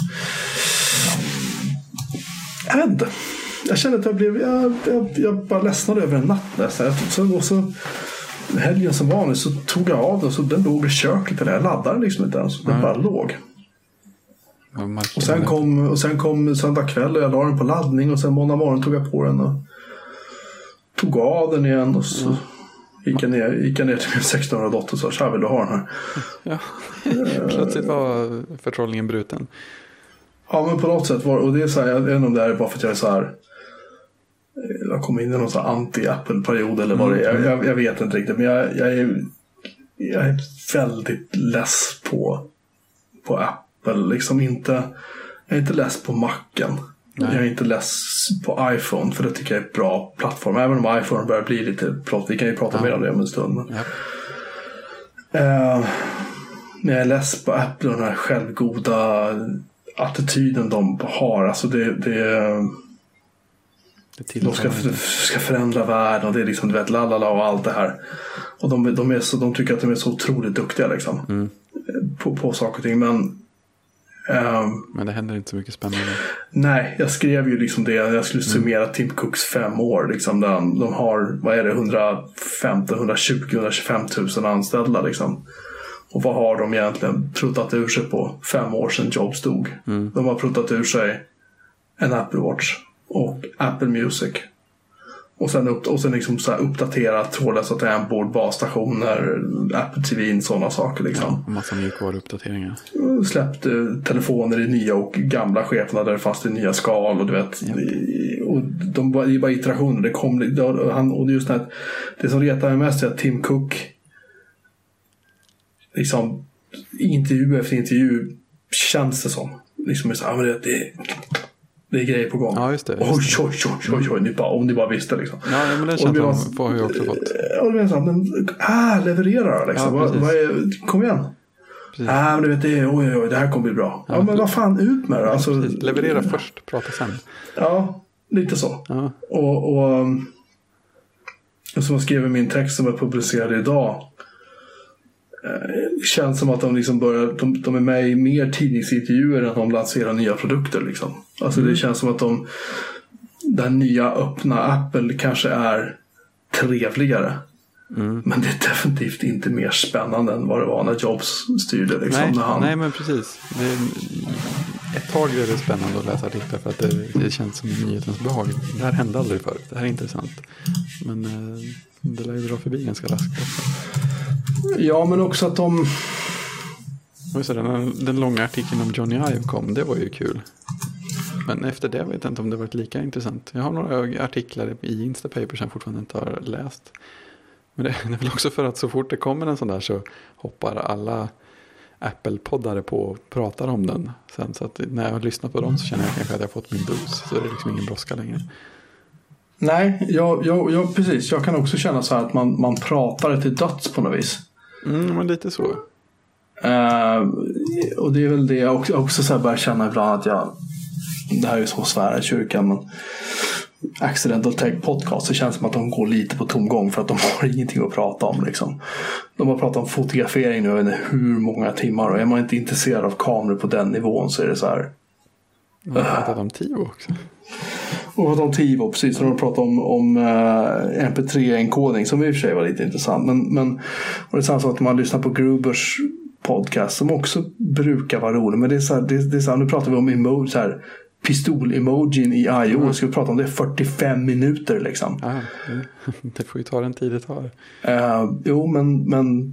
jag vet inte. Jag kände att jag blev jag, jag, jag bara ledsnade över en natt nästan. Så, och så helgen som var nu så tog jag av den, så den låg i köket, eller jag laddade liksom inte ens, den bara låg. Och sen kom, och sen kom söndag kväll och jag la den på laddning, och sen måndag morgon tog jag på den och tog av den igen, och så gick jag ner, gick jag ner till min sexton-åriga dotter och sa, så här, vill du ha den här? Ja. Plötsligt var förtrollningen bruten. Ja, men på något sätt var, och det är så här, jag vet inte om det är bara för att jag är så här, jag kom in i någon sån här anti-Apple-period eller vad det är. Jag, jag vet inte riktigt, men jag, jag, är, jag är väldigt less på, på Apple. Liksom inte, jag är inte less på Macen. Nej. Jag är inte less på iPhone, för det tycker jag är ett bra plattform. Även om iPhone börjar bli lite plott. Vi kan ju prata ja. mer om det om en stund. Men, ja. uh, Men jag är less på Apple och den här självgoda attityden de har. Alltså det, det, det de ska, ska förändra världen och det är liksom, du vet, lalala och allt det här. Och de, de, är så, de tycker att de är så otroligt duktiga liksom, mm. på, på saker och ting. Men Um, Men det händer inte så mycket spännande. Nej, jag skrev ju liksom det. Jag skulle summera mm. Tim Cooks fem år liksom, där de har, vad är det, hundrafemton, hundratjugo, hundratjugofem tusen anställda liksom. Och vad har de egentligen pruttat ur sig på fem år sedan Jobs dog? Mm. De har pruttat ur sig en Apple Watch och Apple Music. Och sen, upp, och sen liksom så här uppdatera trådlösa tangentbord, basstationer, Apple T V, sådana saker liksom. Ja, och massa mjukvaruuppdateringar. Släppte telefoner i nya och gamla skepnader fast i nya skal och du vet. Yep. Och de var ju bara iterationer. Det kom, det, han, och just det, det som retar mig mest är att Tim Cook liksom intervju efter intervju känns det som. Liksom så, ja, men det, det Det är grejer på gång. Ja, just det. Just oj, oj, oj, oj, oj, ni bara, om ni bara visste liksom. Ja, men det känns bara, som har jag också fått. Och det är så, men, ah, leverera liksom. Ja, vad, vad är, kom igen. Ja, ah, men du vet, det, oj, oj, det här kommer bli bra. Ja, ja men vad fan, ut med det. Alltså, leverera först, prata sen. Ja, lite så. Ja. Och, och, och som jag skrev i min text som jag publicerade idag, det känns som att de liksom börjar, de, de är med i mer tidningsintervjuer än de lanserar nya produkter liksom. Alltså mm. det känns som att de, den nya öppna Apple kanske är trevligare. Mm. Men det är definitivt inte mer spännande än vad det var när Jobs styrde liksom, nej, när han... nej men precis det är, ett tag är det spännande att läsa artiklar för att det, det känns som nyhetens behag. Det här hände aldrig förut, det här är intressant. Men det lär ju dra förbi ganska raskt. Ja, men också att de... Så den, den långa artikeln om Johnny Ive kom, det var ju kul. Men efter det vet jag inte om det varit lika intressant. Jag har några artiklar i Instapaper som jag fortfarande inte har läst. Men det, det är väl också för att så fort det kommer en sån där så hoppar alla Apple-poddare på och pratar om den. Sen, så att när jag har lyssnat på dem så känner jag kanske att jag har fått min dos. Så det är liksom ingen brådska längre. Nej, jag, jag, jag, precis. Jag kan också känna så här att man, man pratar det till döds på något vis. Mm, men lite så. Uh, och det är väl det jag också, också så här börjar känna ibland att jag... Det här är ju så svära i kyrkan, men Accidental Tech Podcast, det känns som att de går lite på tomgång för att de har ingenting att prata om liksom. De har pratat om fotografering nu, jag vet inte hur många timmar, och är man inte intresserad av kameror på den nivån så är det så här... De har pratat om TiVo också. Och om TiVo, precis, som de pratade om, om uh, M P tre-enkodning som i och för sig var lite intressant, men, men och det är samma sak att man lyssnar på Grubers podcast som också brukar vara rolig, men det är så här, det, det är så här, nu pratar vi om emoji, så här pistol-emojin i iOS, mm. ska vi prata om det fyrtiofem minuter liksom. Ja, det, det får ju ta den tid det tar. Uh, jo, men, men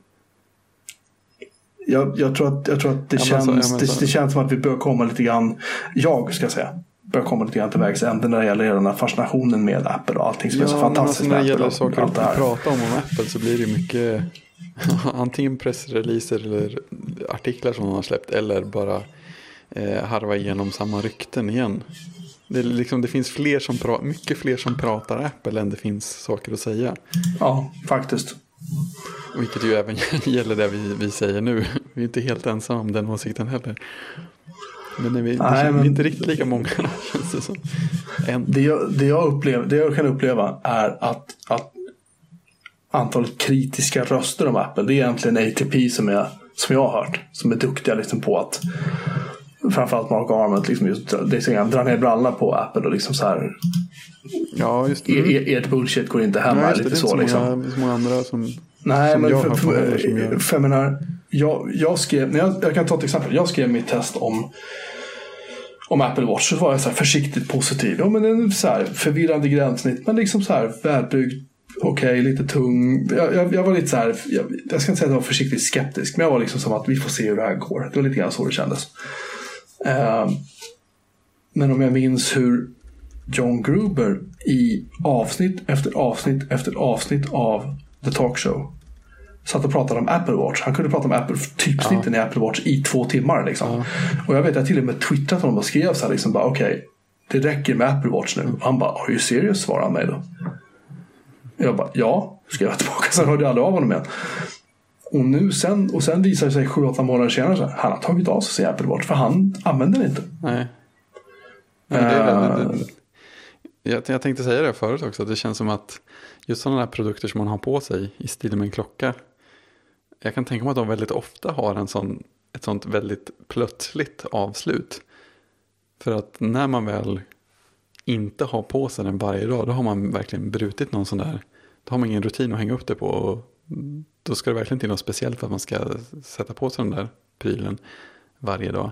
jag, jag, tror att, jag tror att det, ja, känns, så, ja, det, det känns som att vi bör komma lite grann, jag ska säga börjar komma lite grann till vägs ände när det gäller den här fascinationen med Apple och allting som ja, är så fantastiskt. När det gäller saker att prata om om Apple så blir det mycket antingen pressreleaser eller artiklar som de har släppt eller bara eh, harva igenom samma rykten igen. Det, är liksom, det finns fler som pra- mycket fler som pratar Apple än det finns saker att säga. Ja, faktiskt. Vilket ju även gäller det vi, vi säger nu. Vi är inte helt ensamma om den åsikten heller. Men vi, Nej, det, men... vi är inte riktigt lika många, känns det som. En. Det, jag, det, jag upplever, det jag kan uppleva är att, att antalet kritiska röster om Apple, det är egentligen A T P som, är, som jag har hört, som är duktiga liksom på att framförallt Mark Arment liksom just, det är så grann, drar ner brallarna på Apple och liksom så här, ja, just det. E, ert bullshit går inte hem. Nej, lite det, så, det är liksom. många, så många andra som Nej, som men jag för, har för, för, som jag... för jag menar, jag, jag skrev, jag, jag kan ta ett exempel, jag skrev mitt test om om Apple Watch, så var jag så här försiktigt positiv. Ja, men en så här förvirrande gränssnitt, men liksom så här välbyggd, okej, okay, lite tung. Jag, jag, jag var lite så här, jag, jag ska inte säga att jag var försiktigt skeptisk, men jag var liksom som att vi får se hur det här går. Det var lite grann så det kändes. Uh, men om jag minns hur John Gruber i avsnitt efter avsnitt efter avsnitt av The Talk Show satt och pratade om Apple Watch. Han kunde prata om Apple, typsnitten ja. i Apple Watch i två timmar liksom. Ja. Och jag vet att jag till och med twittrat honom och skrev så här liksom bara okej, okay, det räcker med Apple Watch nu. Och han bara, are you serious? Svarade han mig då. Jag bara, ja, skrev jag tillbaka. Sen hörde jag aldrig av honom igen. Och nu sen, och sen visar det sig sju åtta månader senare så han har tagit av sig sin Apple Watch för han använder den inte. Nej. Nej, det är väldigt, det, jag, jag tänkte säga det förut också, att det känns som att just sådana här produkter som man har på sig i stil med en klocka, jag kan tänka mig att de väldigt ofta har en sån, ett sånt väldigt plötsligt avslut. För att när man väl inte har på sig den varje dag, då har man verkligen brutit någon sån där, då har man ingen rutin att hänga upp det på, och då ska det verkligen till något speciellt för att man ska sätta på sig den där prylen varje dag.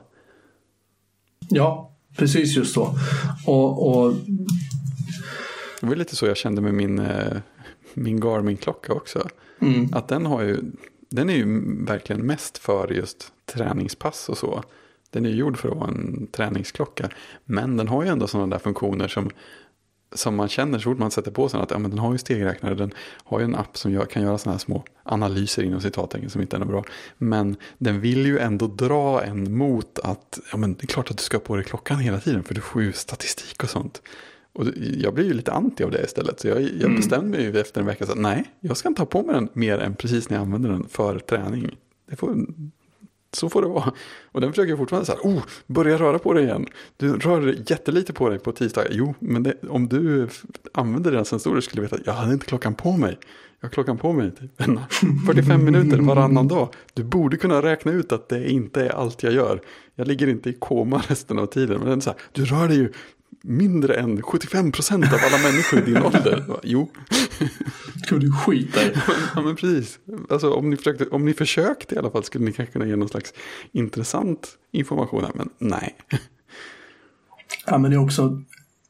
Ja, precis just så. Och, och... Det var lite så jag kände med min, min Garmin-klocka också. Mm. Att den har ju, den är ju verkligen mest för just träningspass och så. Den är ju gjord för att vara en träningsklocka. Men den har ju ändå sådana där funktioner som, som man känner så fort man sätter på sig att ja, men den har ju stegräknare. Den har ju en app som gör, kan göra sådana här små analyser inom citattecken som inte är bra. Men den vill ju ändå dra en mot att ja, men det är klart att du ska ha på dig klockan hela tiden för du får ju statistik och sånt. Och jag blir ju lite anti av det istället. Så jag, jag bestämde mig ju efter en vecka att nej, jag ska inte ha på mig den mer än precis när jag använder den för träning. Det får, så får det vara. Och den försöker jag fortfarande så här, oh, börja röra på dig igen. Du rör jättelite på dig på tisdag. Jo, men det, om du använder den sensorer skulle du veta att jag hade inte klockan på mig. Jag har klockan på mig typ fyrtiofem minuter varannan dag. Du borde kunna räkna ut att det inte är allt jag gör. Jag ligger inte i koma resten av tiden. Men den är så här, du rör dig ju mindre än sjuttiofem procent av alla människor i din ålder. Jo. Skulle du skita i? Ja, men precis. Alltså, om, ni försökte, om ni försökte i alla fall skulle ni kanske kunna ge någon slags intressant information här, men nej. Ja, men det är också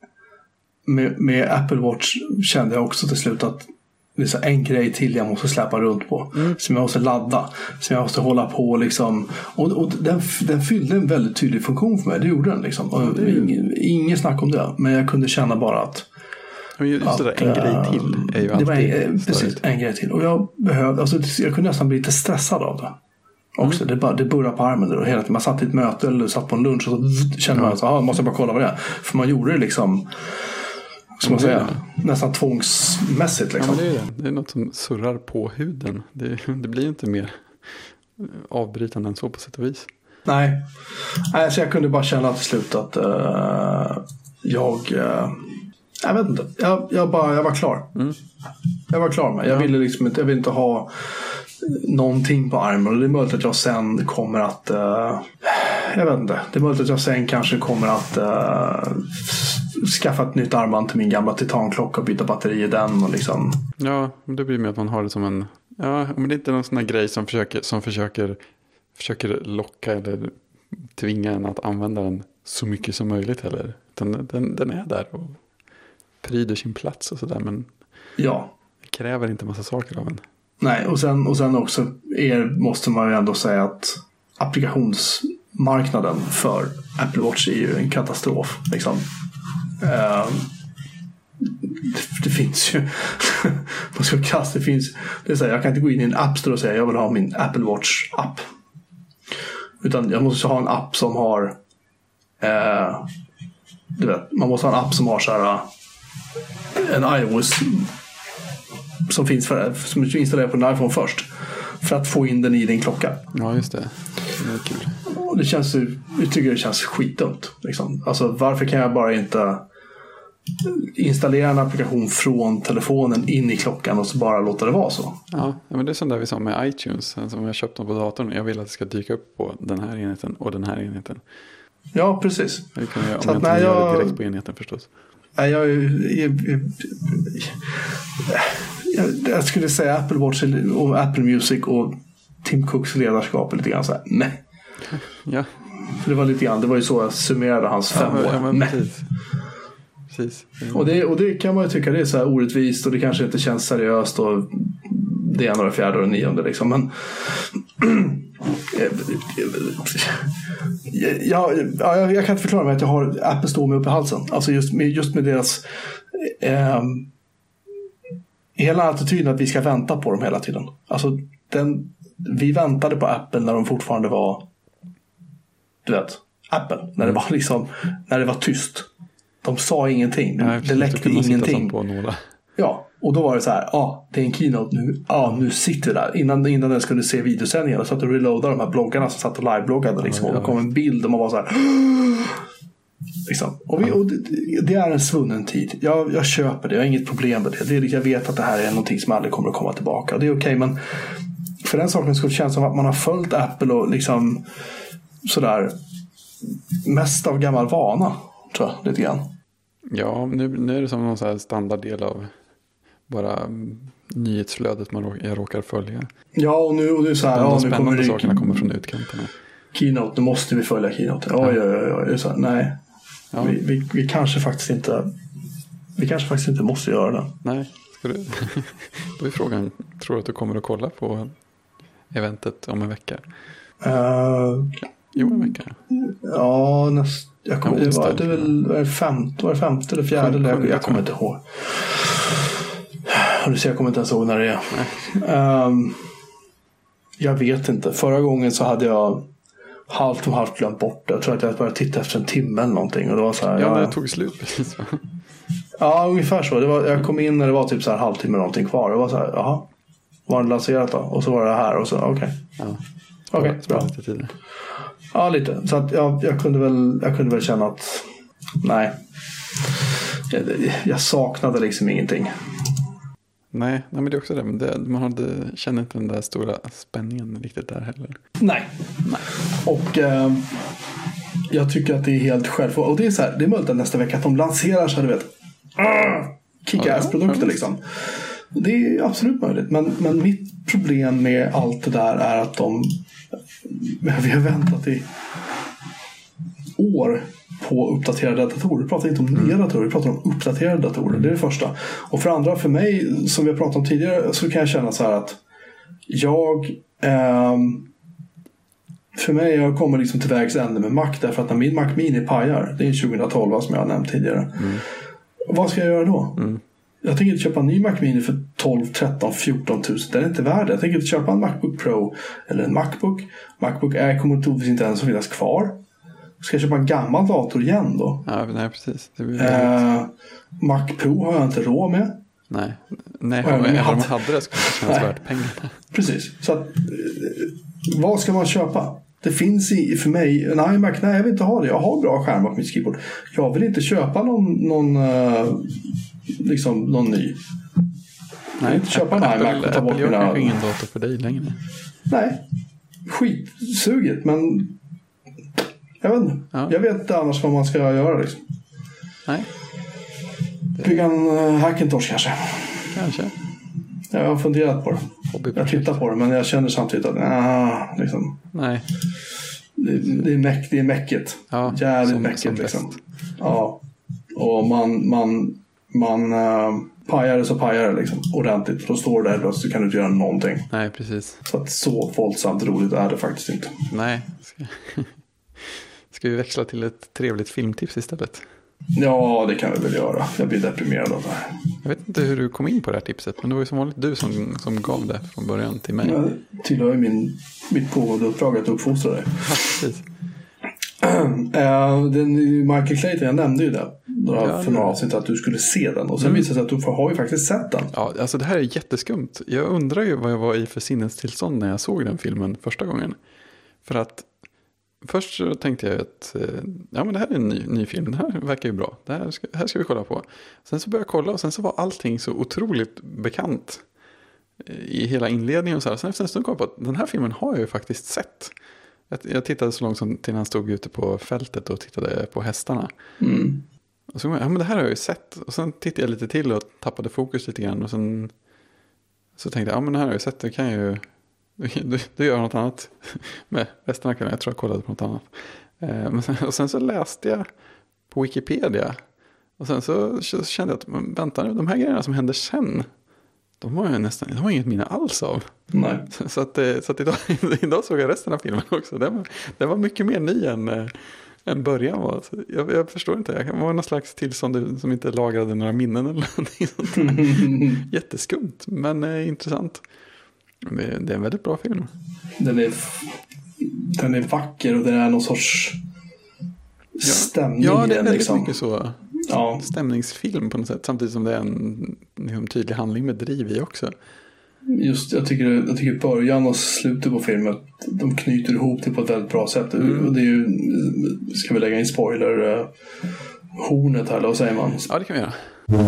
med, med Apple Watch kände jag också till slut att det är så en grej till jag måste släppa runt på. Mm. Som jag måste ladda. Som jag måste hålla på liksom. Och, och den, den fyllde en väldigt tydlig funktion för mig. Det gjorde den liksom. Och det är ingen, ingen snack om det. Men jag kunde känna bara att just att, det där, en grej till är ju det var en, alltid precis, en grej till. Och jag behövde, alltså jag kunde nästan bli lite stressad av det. Också, mm. det, bara, det burrade på armen där och hela tiden. Man satt i ett möte eller satt på en lunch och så kände man att ah, måste jag bara kolla vad det är. För man gjorde det liksom som man säger, nästan tvångsmässigt liksom. Ja, men det, är det. det är något som surrar på huden. Det, det blir inte mer avbrytande än så på sätt och vis. Nej, alltså jag kunde bara känna till slut att uh, jag uh, jag vet inte, jag, jag, bara, jag var klar. Mm. Jag var klar med. Jag ja. ville liksom inte, jag vill inte ha någonting på armen. Och det är möjligt att jag sen kommer att uh, jag vet inte, det är möjligt att jag sen kanske kommer att uh, skaffa ett nytt armband till min gamla titanklocka och byta batteri i den och liksom. Ja, men det blir med att man har det som en, ja, men det är inte någon sån här grej som försöker, som försöker försöker locka eller tvinga en att använda den så mycket som möjligt heller. Den, den, den är där och pryder sin plats och sådär, men ja. Det kräver inte massa saker av en. Nej, och sen, och sen också er måste man ju ändå säga att applikationsmarknaden för Apple Watch är ju en katastrof liksom. Uh, det, det finns ju man ska kasta, det finns det är så här, jag kan inte gå in i en app store och säga jag vill ha min Apple Watch app, utan jag måste ha en app som har uh, du vet, man måste ha en app som har så här en iOS som finns för, som är installerad på en iPhone först för att få in den i din klocka. Ja, just det. Det är kul. Och det känns ju, jag tycker det känns skitdumt liksom. Alltså varför kan jag bara inte installera en applikation från telefonen in i klockan och så bara låta det vara så? Ja, men det är sånt där vi sa med iTunes. Alltså om jag köpt dem på datorn, jag vill att det ska dyka upp på den här enheten och den här enheten. Ja, precis. Det kan jag, om så jag inte jag, gör det direkt på enheten förstås. Jag, jag, jag, jag, jag skulle säga Apple Watch och Apple Music och Tim Cooks ledarskap lite grann så här, nej. Ja. För det var lite grann, det var ju så jag summerade hans fem ja, år. Ja, men precis. Precis. Mm. Och, det, och det kan man ju tycka det är så här orättvist och det kanske inte känns seriöst och det är några fjärde och det nionde liksom. Men ja, jag, jag kan inte förklara mig att jag har Apple står mig upp i halsen. Alltså just med, just med deras eh, hela attityden att vi ska vänta på dem hela tiden. Alltså den, vi väntade på Apple när de fortfarande var du vet, Apple. När det var liksom, när det var tyst. De sa ingenting. Nej, det läckte ingenting. På några. Ja. Och då var det så här, ja, ah, det är en keynote nu. Ja, ah, nu sitter vi där. Innan, innan den skulle se videosändningen så att du reloadade de här bloggarna som satt och livebloggade. Liksom, ja, ja. Och det kom en bild och man var så här... Liksom. Och, vi, och det, det är en svunnen tid. Jag, jag köper det, jag har inget problem med det. det är, jag vet att det här är någonting som aldrig kommer att komma tillbaka. Och det är okej, okay, men för den saken skulle det kännas som att man har följt Apple och liksom sådär mest av gammal vana, tror jag, lite grann. Ja, nu, nu är det som någon så här standarddel av bara nyhetsflödet man råkar, jag råkar följa. Ja, och nu, och nu så här, de, ja, de nu spännande kommer det, sakerna kommer från utkanterna. Keynote, nu måste vi följa Keynote. Oj, oj, oj, oj. Det är så här, nej. Ja. Vi, vi, vi kanske faktiskt inte vi kanske faktiskt inte måste göra det. Nej, ska du, då är frågan, tror du att du kommer att kolla på eventet om en vecka? Uh, jo, en vecka. Ja, näst, jag kommer, ja, det var det väl var det femte, var det femte eller fjärde, kom, eller, jag, jag kommer inte ihåg. Och du ser, jag kommer inte ens ihåg när det är. Um, jag vet inte. Förra gången så hade jag halvt och halvt glömt bort det. Jag tror att jag började titta efter en timme eller någonting. Och det var så här, ja, jag, det tog slut precis. Ja, ungefär så. Det var, jag kom in när det var typ så här halvtimme eller någonting kvar. Det var så här, jaha. Var det lanserat då? Och så var det här och så, okej. Okay. Ja. Okej, okay, bra. Lite tid. Ja, lite. Så att jag, jag, kunde väl, jag kunde väl känna att nej. Jag, jag saknade liksom ingenting. Nej, nej, men det är också det. Men det, man hade, känner inte den där stora spänningen riktigt där heller. Nej. nej. Och eh, jag tycker att det är helt själv. Och det är så här, det är möjligt att nästa vecka att de lanserar så du vet. Kick-ass-produkter ja, liksom. Det är absolut möjligt. Men, men mitt problem med allt det där är att de vi har väntat i år på uppdaterade datorer. Vi pratar inte om nya datorer, vi pratar om uppdaterade datorer. Det är det första. Och för andra, för mig, som vi har pratat om tidigare, så kan jag känna så här att jag eh, för mig, jag kommer liksom till vägs ände med Mac, därför att när min Mac Mini pajar, det är tjugohundratolv som jag har nämnt tidigare. Mm. Vad ska jag göra då? Mm. Jag tänker inte köpa en ny Mac Mini för tolv, tretton, fjorton tusen. Den är inte värd det. Jag tänker inte köpa en MacBook Pro eller en Macbook. Macbook Air kommer troligtvis inte ens att finnas kvar. Ska jag köpa en gammal dator igen då? Ja, nej, precis. Det blir eh, Mac Pro har jag inte råd med. Nej, nej om jag hade... hade det skulle det kännas värt pengarna. Precis. Så att, vad ska man köpa? Det finns i, för mig en iMac. Nej, jag vill inte ha det. Jag har bra skärmar på mitt keyboard. Jag vill inte köpa någon, någon uh, liksom någon ny. Jag vill inte köpa Apple, en iMac och ta bort Apple mina... kanske ingen dator för dig längre. Nej, skitsuget, men jag vet inte. Ja. Jag vet inte annars vad man ska göra liksom. Nej. Det... Bygga en uh, Hackintosh kanske. Kanske. Jag har funderat på det. Jag tittar på det, men jag känner samtidigt att nah, liksom. Nej. Det, det är mäck, det är mäcket. Ja, jävligt mäcket liksom. Ja. Och man man man uh, pajar det så pajar det liksom ordentligt. Då står det där och så kan du inte göra någonting. Nej, precis. Så att så våldsamt roligt är det faktiskt inte. Nej. Ska, ska vi växla till ett trevligt filmtips istället? Ja, det kan vi väl göra. Jag blir deprimerad av det här. Jag vet inte hur du kom in på det här tipset, men det var ju som vanligt du som, som gav det från början till mig. Jag tillhör ju min, mitt pågående uppdrag att uppfostra dig. Ja, precis. uh, den, Michael Clayton, jag nämnde ju det ja, för några avsnitt att du skulle se den. Och sen mm. visade sig att du har ju faktiskt sett den. Ja, alltså det här är jätteskumt. Jag undrar ju vad jag var i för sinnestillstånd när jag såg den filmen första gången. För att först så tänkte jag att ja, men det här är en ny, ny film. Den här verkar ju bra. Det här ska, här ska vi kolla på. Sen så började jag kolla och sen så var allting så otroligt bekant i hela inledningen och så här. Sen efter en stund kom jag på att den här filmen har jag ju faktiskt sett. Jag, jag tittade så långt som till när han stod ute på fältet och tittade på hästarna. Mm. Och så kom jag, ja men det här har jag ju sett. Och sen tittade jag lite till och tappade fokus lite grann. Och sen så tänkte jag, ja men det här har jag ju sett. Det kan jag ju... Du, du gör något annat med resten av kvällen. Jag tror jag kollade på något annat. Eh, men sen, och sen så läste jag på Wikipedia. Och sen så, så kände jag att men vänta nu, de här grejerna som händer sen. De har jag nästan, de har inget minne alls av. Nej. Så, så att, så att idag, idag såg jag resten av filmen också. Den var, den var mycket mer ny än, äh, än början var. Så jag, jag förstår inte, jag var någon slags tillstånd som inte lagrade några minnen eller någonting sånt där. Jätteskumt, men äh, intressant. Det, det är en väldigt bra film. Den är, den är vacker och det är någon sorts stämning. Ja, ja det är väldigt liksom. mycket så. ja. stämningsfilm på något sätt. Samtidigt som det är en, en tydlig handling med driv i också. Just, jag tycker, jag tycker början och slutet på filmen, de knyter ihop det på ett väldigt bra sätt. Mm. Och det är ju, ska vi lägga in spoiler uh, hornet här, eller vad säger man? Ja, det kan vi göra.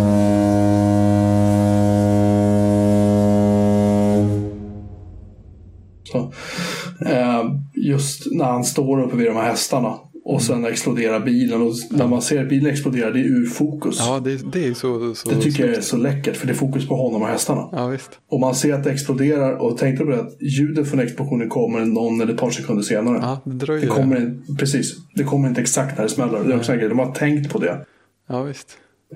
Så, uh, just när han står uppe vid de här hästarna och sen exploderar bilen, och när man ser bilen explodera, det är ur fokus. Ja, det, det är så, så det tycker snyggt. jag är så läckert, för det är fokus på honom och hästarna. Ja, visst. Och man ser att det exploderar, och tänkte på det att ljudet från explosionen kommer någon eller ett par sekunder senare. Ja, det dröjer. Det kommer in, precis. Det kommer inte exakt när det smäller. Det är också en grej. De har tänkt på det. Ja, visst.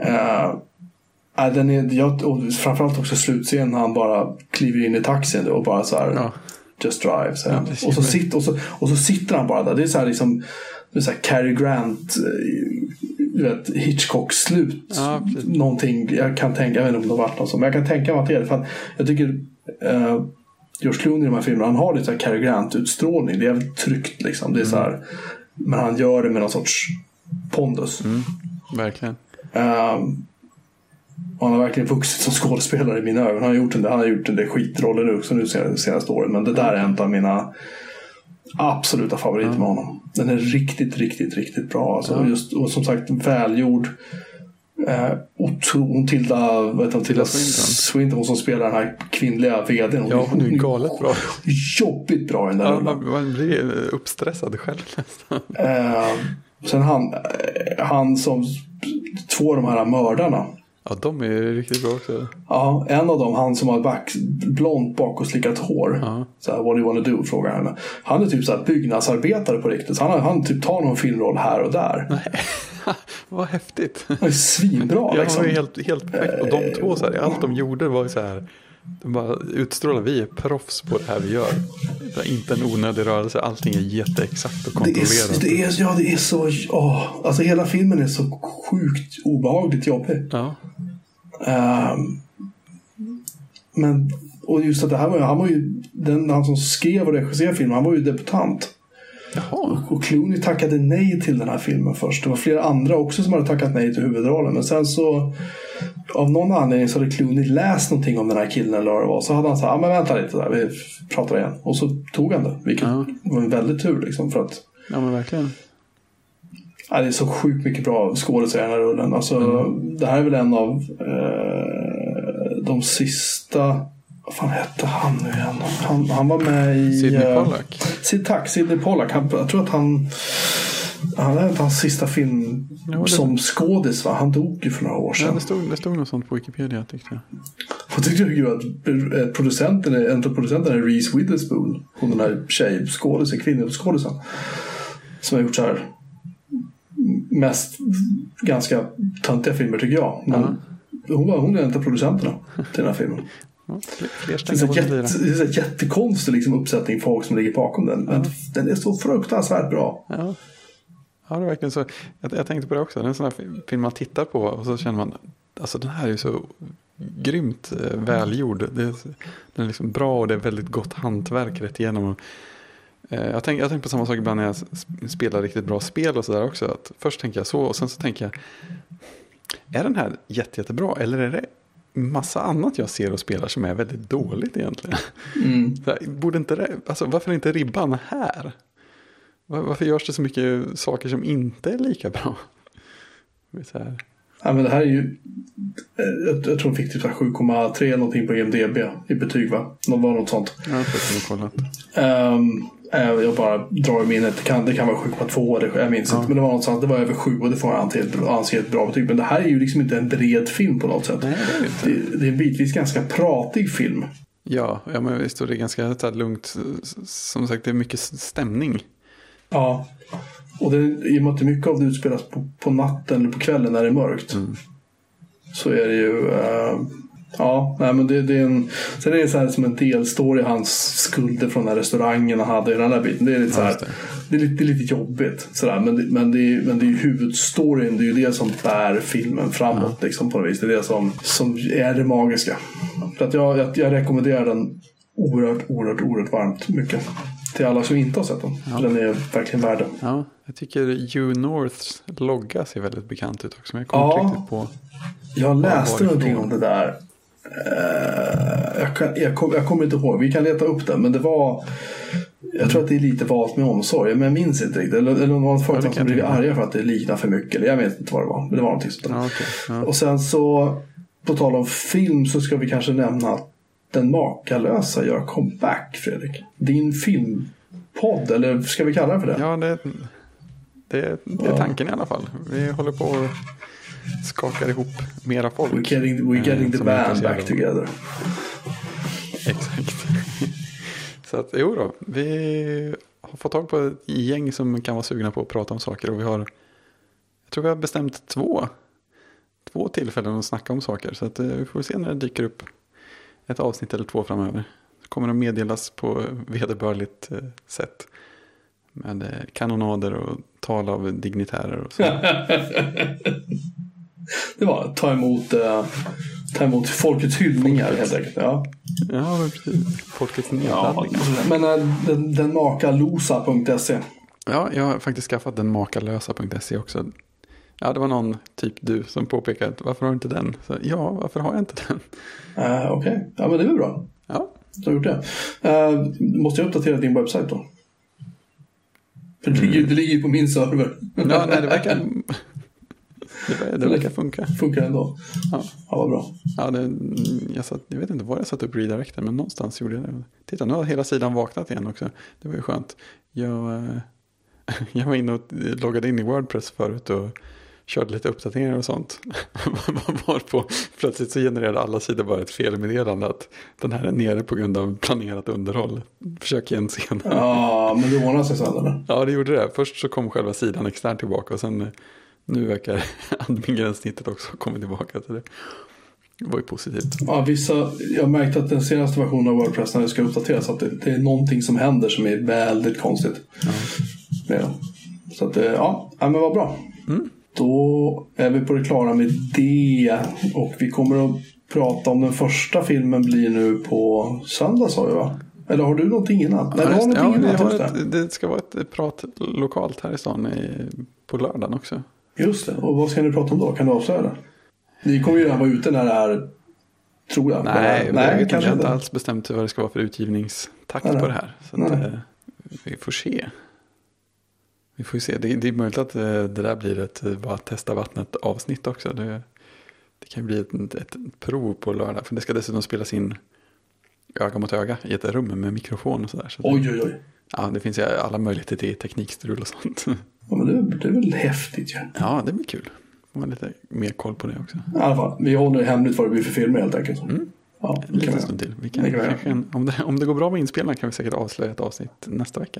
Uh, den är, jag, och framförallt också slutscenen när han bara kliver in i taxin och bara så här, ja. just drive. Så ja, och, så sitter, och, så, och så sitter han bara där. Det är så här liksom, det är så här Cary Grant, du vet, Hitchcock-slut. Ja, någonting jag kan tänka, jag vet inte om det har varit något sånt, men jag kan tänka mig att det är det. För att jag tycker uh, George Clooney i de här filmerna, han har lite så här Cary Grant-utstrålning. Det är väldigt tryggt liksom. Det är mm. så här, men han gör det med någon sorts pondus. Mm, verkligen. Uh, han har verkligen vuxit som skådespelare i mina ögon. Han har gjort en, han har gjort en del skitroller nu också nu senaste året. Men det där är en av mina absoluta favoriter mm. med honom. Den är riktigt, riktigt, riktigt bra. Alltså, mm. just, och som sagt, välgjord. Eh, otro, Tilda, vad heter hon, Tilda Swinton, hon som spelar den här kvinnliga vdn. Hon, ja, hon är galet bra. Jobbigt bra i den där ja, rollen. Man blir uppstressad själv nästan. Eh, sen han, han som två av de här mördarna. Ja, de är riktigt bra också. Ja, en av dem, han som har back, blont bakåtslickat hår. Ja. Så här, what do you want to do? Frågar han. Han är typ så här byggnadsarbetare på riktigt. Han, han typ tar någon filmroll här och där. Nej, vad häftigt. Det är svinbra. Ja, liksom. Han var helt, helt perfekt. Och de två, så här, allt de gjorde var ju så här, de bara utstrålar, vi är proffs på det här vi gör. Det är inte en onödig rörelse, allting är jätteexakt och kontrollerat. Det är, det är, ja, det är så, åh, alltså hela filmen är så sjukt obehagligt jobbig. Ja. Um, men, och just att det här var, han var ju den, han som skrev och regisserade filmen, han var ju debutant. Jaha. Och Clooney tackade nej till den här filmen först. Det var flera andra också som hade tackat nej till huvudrollen. Men sen så, av någon anledning så hade Clooney läst någonting om den här killen eller vad det var. Så hade han sagt, ja men vänta lite där, vi pratar igen. Och så tog han det, vilket ja. var en väldigt tur liksom, för att ja men verkligen. Ja, det är så sjukt mycket bra skådespelare i den här rullen. Alltså, mm. det här är väl en av eh, de sista. Vad fan hette han nu igen? Han, han var med i Sidney Pollack. Uh, tack, Sidney Pollack. Han, jag tror att han han är hans sista film ja, det... som skådis, va? Han dog ju för några år sedan. Ja, det stod, det stod något sånt på Wikipedia, tyckte jag. Vad tyckte du att producenten, en av producenterna är Reese Witherspoon. Hon den här tjej, skådisen, kvinnoskådisen. Som har gjort så här mest ganska töntiga filmer tycker jag. Men ja. hon, var, hon är en av producenterna till den här filmen. Ja, fler det är en jätte, det är jättekonstig liksom, uppsättning folk som ligger bakom den. Men ja. den är så fruktansvärt bra. Ja, ja det är verkligen så. Jag, jag tänkte på det också. Det är en sån här film man tittar på och så känner man, alltså den här är ju så grymt eh, välgjord. Det är, den är liksom bra och det är väldigt gott hantverk rätt igenom. Jag tänker jag tänk på samma sak ibland när jag spelar riktigt bra spel och sådär också. Att först tänker jag så och sen så tänker jag, är den här jätte, jättebra eller är det massa annat jag ser och spelar som är väldigt dåligt egentligen? Mm. Så här, borde inte, alltså, varför är inte ribban här? Var, varför görs det så mycket saker som inte är lika bra? Så här. Ja, men det här är ju, jag, jag tror de fick typ sju komma tre eller någonting på I M D B i betyg, va? Det var något sånt. Ja, jag har kollat. Um, jag bara drar i minnet, det kan, det kan vara sju komma två, jag minns ja. inte, men det var något sånt, det var över sju och det får man anse ett bra betyg. Men det här är ju liksom inte en bred film på något sätt. Nej, det, är inte. Det, det är en bitvis ganska pratig film. Ja, ja men visst, det är ganska så här lugnt, som sagt det är mycket stämning. Ja, och det, i och med att mycket av det utspelas på, på natten eller på kvällen när det är mörkt mm. så är det ju uh, ja, nej, men det, det är en, sen är det så här som en delstory hans skulder från den här restaurangen han hade i den här biten. Det är lite ja, så här, det. Det, är lite, det är lite jobbigt så där, men, det, men, det är, men det är ju huvudstoryn, det är ju det som bär filmen framåt ja. liksom, på något vis. Det är det som, som är det magiska. Så att jag, jag, jag rekommenderar den oerhört, oerhört, oerhört varmt mycket. till alla som inte har sett den. Ja. Den är verkligen värd det. Ja, jag tycker U-Norths logga ser väldigt bekant ut också. Men jag kommer Ja. inte riktigt på. Jag läste Var- någonting om det där. Uh, jag, kan, jag, kom, jag kommer inte ihåg. Vi kan leta upp det. Men det var... Jag tror att det är lite valt med omsorg. Men jag minns inte riktigt. Eller, eller någon Ja, företag det som kan blev jag tänka. arga för att det liknar för mycket. Eller jag vet inte vad det var. Men det var någonting sånt där. Ja, okej. Ja. Och sen så... På tal om film så ska vi kanske nämna att Den makalösa gör comeback, Fredrik. Din filmpodd. Eller ska vi kalla det för det? Ja, det, det, det är Ja. tanken i alla fall. Vi håller på och skakar ihop mera folk. We're getting, we're getting eh, the som är band intresserade back av- together. Exakt. Så att, jo då, vi har fått tag på ett gäng som kan vara sugna på att prata om saker. Och vi har, jag tror vi har bestämt två, två tillfällen att snacka om saker. Så att, eh, vi får se när det dyker upp ett avsnitt eller två framöver. Det kommer att meddelas på vederbörligt eh, sätt. Med eh, kanonader och tal av dignitärer och så. Det var ta emot, uh, ta emot folkets hyllningar helt enkelt. Ja. Ja, men precis. Folkets Ja, nedladdning. men uh, den, den makalosa punkt se. Ja, jag har faktiskt skaffat den makalösa punkt se också. Ja, det var någon typ du som påpekade att varför har du inte den? Så, ja, varför har jag inte den? Uh, Okej, okay. Ja men det är väl bra. Ja, Du har gjort det. Uh, måste jag uppdatera din webbsajt då? För det ligger, det ligger på min server. ja nej, det verkar, det, ver- det verkar funka. Funkar ändå. Ja, Ja, vad bra. ja det, jag, satt, jag vet inte var jag satt upp redirecten, men någonstans gjorde jag det. Titta, nu har hela sidan vaknat igen också. Det var ju skönt. Jag, eh, jag var inne och loggade in i WordPress förut och körde lite uppdateringar och sånt. Varpå plötsligt så genererade alla sidor bara ett felmeddelande att den här är nere på grund av planerat underhåll. Försök igen senare. Ja, men det ordnar sig sen eller? Ja, det gjorde det. Först så kom själva sidan externt tillbaka och sen eh, nu verkar admin-gränssnittet också ha kommit tillbaka. Så det var ju positivt. Ja, vissa, jag märkte att den senaste versionen av WordPress när det ska uppdateras att det, det är någonting som händer som är väldigt konstigt. Ja. Med den. Så att, eh, ja, ja, men vad bra. Mm. Då är vi på det klara med det. Och vi kommer att prata om den första filmen blir nu på söndag, sa jag va? Eller har du någonting innan? Nej, Ja, du har just, någonting ja, vi innan. har Just det. ett, det ska vara ett prat lokalt här i stan i, på lördagen också. Just det. Och vad ska ni prata om då? Kan du avslöja det? Ni kommer ju redan vara ute när det är, tror jag. Nej, Nej, jag vet inte, kanske jag har inte inte. alls bestämt vad det ska vara för utgivningstakt Nej, nej. på det här. Så att, Nej. eh, vi får se. Vi får ju se. Det, det är möjligt att eh, det där blir ett eh, bara testa vattnet avsnitt också. Det, det kan ju bli ett, ett prov på lördag. För det ska dessutom spelas in öga mot öga i ett rum med mikrofon och sådär. Så Oj, oj, oj. ja, det finns ju alla möjligheter till teknikstrul och sånt. Ja, men det, det är väl häftigt ju. Ja, det blir kul. Får man lite mer koll på det också. I alla fall, vi håller hemligt vad det blir för filmer helt enkelt. Mm. Ja, En det kan liten vi stund till. Vi kan, Det kan vi kanske en, om, det, om det går bra med inspelningen kan vi säkert avslöja ett avsnitt nästa vecka.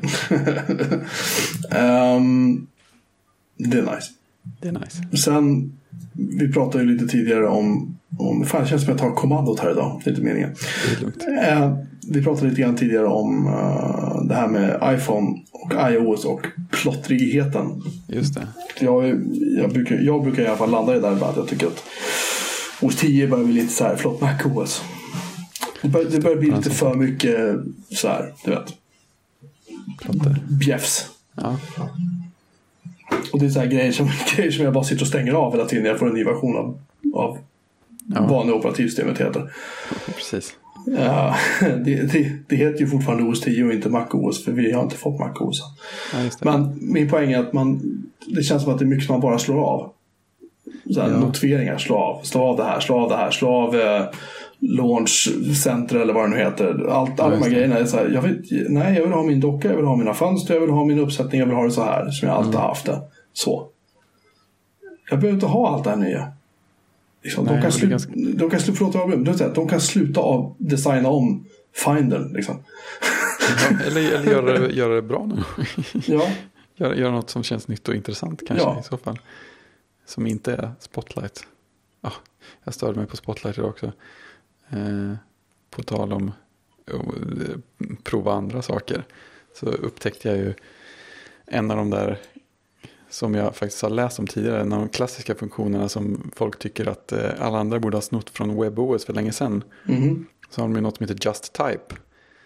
um, Det är nice. Det är nice. Sen, vi pratade ju lite tidigare om, om fan det känns som att jag tar kommandot här idag, det är inte meningen. Det är lugnt. Eh, vi pratade lite grann tidigare om uh, det här med iPhone och iOS och plottrigheten. Just det. Jag, jag, brukar, jag brukar i alla fall landa i det där att jag tycker att O S tio börjar bli lite så här, förlåt, macOS. Det börjar, det börjar bli lite för mycket så här, du vet, Plotter. bjäfs. Ja. Och det är så här grejer som, grejer som jag bara sitter och stänger av hela tiden när jag får en ny version av, av Ja. vanliga operativsystemet heter. Precis. Ja, det, det, det heter ju fortfarande O S tio och inte macOS för vi har inte fått macOS. Ja, just det. Men min poäng är att man, det känns som att det är mycket man bara slår av. Så här, Ja. notifieringar, slå av, slå av det här, slå av det här, slå av eh, launch center eller vad det nu heter. Allt, alla de just här det. grejerna är så här, jag vet, nej jag vill ha min docka, jag vill ha mina fönster, jag vill ha min uppsättning, jag vill ha det så här som jag alltid har haft det. Så. Jag behöver inte ha allt det här nya. Liksom, Nej, de, kan det är slu- ganska- de kan sluta prata om det. De kan sluta av designa om Findern liksom. Ja, eller eller göra, det, göra det bra nu. Ja. Göra, göra något som känns nytt och intressant kanske Ja. i så fall. Som inte är Spotlight. Ja, jag störde mig på Spotlight idag också. Eh, på tal om att prova andra saker. Så upptäckte jag ju en av de där som jag faktiskt har läst om tidigare. En av de klassiska funktionerna som folk tycker att eh, alla andra borde ha snott från WebOS för länge sedan. Mhm. Så har de ju något som heter Just Type.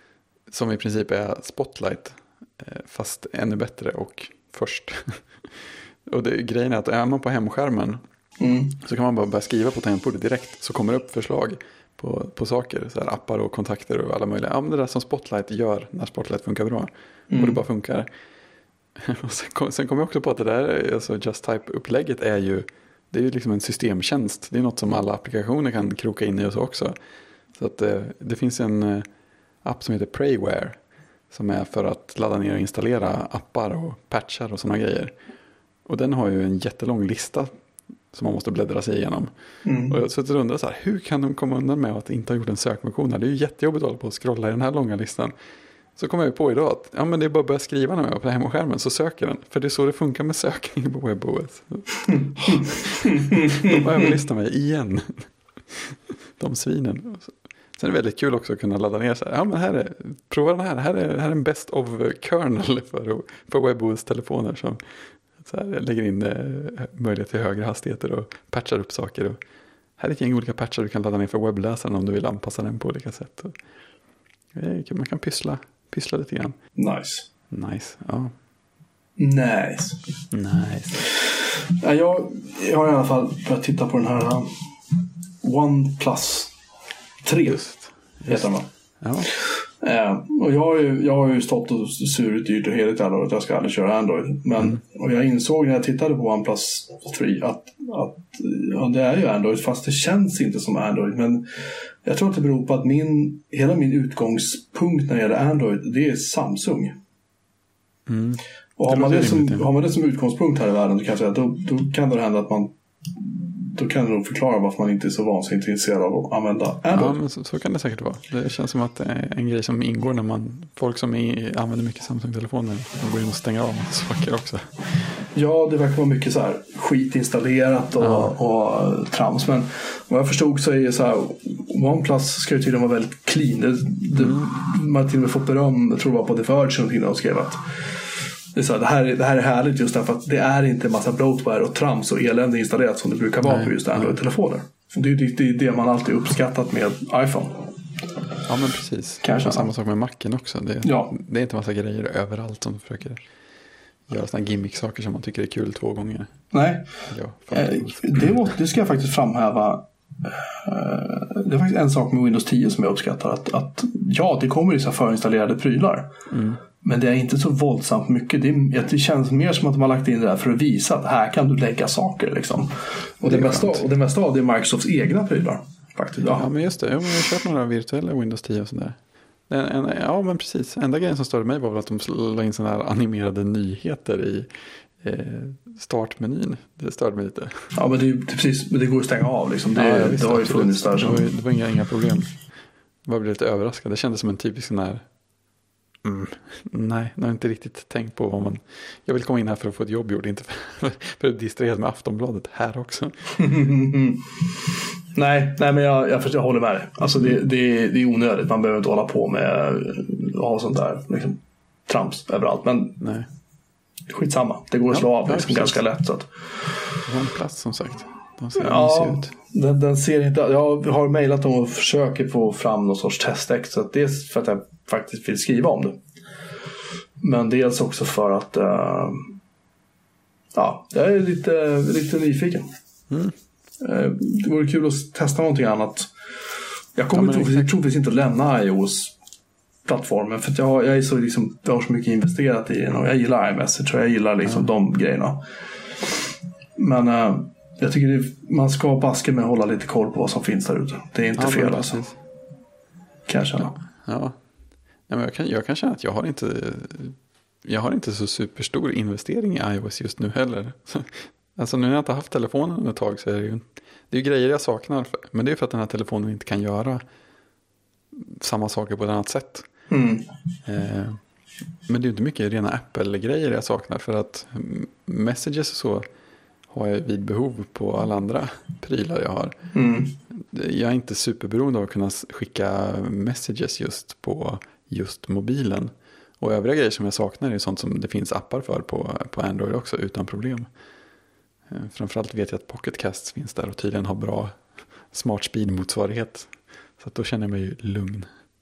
som i princip är Spotlight, fast ännu bättre och först. Och det, grejen är att är man på hemskärmen mm. så kan man bara börja skriva på tangentbordet direkt, så kommer det upp förslag på, på saker, så här appar och kontakter och alla möjliga. Ja, men det där som Spotlight gör när Spotlight funkar bra. Mm. Och det bara funkar. Och sen, kom, sen kom jag också på att det där, alltså Just Type-upplägget är ju, det är ju liksom en systemtjänst. Det är något som alla applikationer kan kroka in i och så också. Så att det, det finns en eh, app som heter Prayware, som är för att ladda ner och installera appar och patchar och sådana grejer. Och den har ju en jättelång lista som man måste bläddra sig igenom. Mm. Och jag sitter och undrar så här, hur kan de komma undan med att inte ha gjort en sökfunktion här? Det är ju jättejobbigt att hålla på och scrolla i den här långa listan. Så kommer jag på idag att ja, men det är bara att börja skriva när jag är på hemskärmen, så söker den. För det är så det funkar med sökning på WebOS. De överlistar mig igen. De svinen. Sen är det väldigt kul också att kunna ladda ner så här. Ja, men här är, prova den här. Här är, här är en best of kernel för, för WebOS-telefoner som så här, lägger in eh, möjlighet till högre hastigheter och patchar upp saker. Och här är ett gäng olika patchar du kan ladda ner för webbläsaren om du vill anpassa den på olika sätt. Och, eh, man kan pyssla, pyssla lite grann. Nice. Nice, ja. Nice. Nice. Ja, jag, jag har i alla fall börjat titta på den här um, OnePlus tre. Just, just. Heter den. Ja. Eh, och jag har, ju, jag har ju stått och surit dyrt och heligt alla år att jag ska aldrig köra Android. Men, mm. Och jag insåg när jag tittade på OnePlus tre att, att ja, det är ju Android, fast det känns inte som Android. Men jag tror att det beror på att min, hela min utgångspunkt när det gäller Android, det är Samsung. Mm. Och har man, det som, har man det som utgångspunkt här i världen, då kan, jag säga, då, då kan det hända att man då kan det nog förklara varför man inte är så vansinnigt intresserad av att använda Android. Ja, men så, så kan det säkert vara. Det känns som att det är en grej som ingår när man, folk som är, använder mycket Samsung-telefoner, de går in och stänger av saker också. Ja, det verkar vara mycket så här skit installerat och, ja. och trams. Men vad jag förstod så är det så här, OnePlus ska ju tydligen vara väldigt clean. Det, det, mm. Man har till och med fått beröm, jag tror det var på The Verge och skrev att det är, så här, det, här, det här är härligt just därför att det är inte en massa bloatware och trams och elände installerat som det brukar vara. Nej. På just Android-telefoner. Det är det, det, det man alltid uppskattat med iPhone. Ja, men precis. Kanske samma sak med Macen också. Det, ja. det är inte massa grejer överallt som försöker göra sådana gimmick-saker som man tycker är kul två gånger. Nej, ja, eh, det, var, det ska jag faktiskt framhäva. Det är faktiskt en sak med Windows tio som jag uppskattar. Att, att ja, det kommer vissa förinstallerade prylar. Mm. Men det är inte så våldsamt mycket. Det, det känns mer som att de har lagt in det där för att visa att här kan du lägga saker. Liksom. Och, det det mesta, och det mesta av det är Microsofts egna prylar. Faktiskt, ja. ja, men just det. Jag har kört några virtuella Windows tio och sådär. En, en, ja, men precis. Enda grejen som störde mig var väl att de la in sådana här animerade nyheter i eh, startmenyn. Det störde mig lite. Ja, men det, det, precis, men det går att stänga av. Liksom. Det, ja, visst, det har ju funnits där. Som... Det var, det var inga, inga problem. Jag blev lite överraskad. Det kändes som en typisk sån här... Mm, nej, jag har inte riktigt tänkt på vad man... Jag vill komma in här för att få ett jobb gjort, inte för, för att distrahera med Aftonbladet här också. nej, nej, men jag, jag, jag håller med dig. Alltså det, det, det är onödigt. Man behöver inte hålla på med att ha sånt där liksom, trams överallt. Men nej. Skitsamma. Det går att slå ja, av liksom, ganska lätt. Så att... OnePlus som sagt. De ser ja, ut. Den, den ser inte... Jag har mejlat dem och försöker få fram någon sorts testtext. Så att det är för att jag faktiskt vill skriva om det. Men dels också för att uh, ja, jag är lite, lite nyfiken. Mm. Uh, det vore kul att testa någonting annat. Jag kommer ja, troligtvis, troligtvis inte att lämna iOS-plattformen för att jag, jag, är så, liksom, jag har så mycket investerat i den och jag gillar iMessage och jag gillar liksom ja. de grejerna. Men uh, jag tycker det, man ska baska med att hålla lite koll på vad som finns där ute. Det är inte ja, fel alltså. Kanske. Ja. ja. Ja, men jag, kan, jag kan känna att jag har inte jag har inte så superstor investering i iOS just nu heller. Alltså nu när jag inte haft telefonen ett tag så är det ju det är ju grejer jag saknar. För, men det är för att den här telefonen inte kan göra samma saker på ett annat sätt. Mm. Eh, men det är ju inte mycket rena Apple-grejer jag saknar för att messages och så har jag vid behov på alla andra prylar jag har. Mm. Jag är inte superberoende av att kunna skicka messages just på just mobilen. Och övriga grejer som jag saknar är sånt som det finns appar för på, på Android också utan problem. Framförallt vet jag att Pocket Casts finns där och tydligen har bra smart speed-motsvarighet. Så att då känner jag mig ju lugn.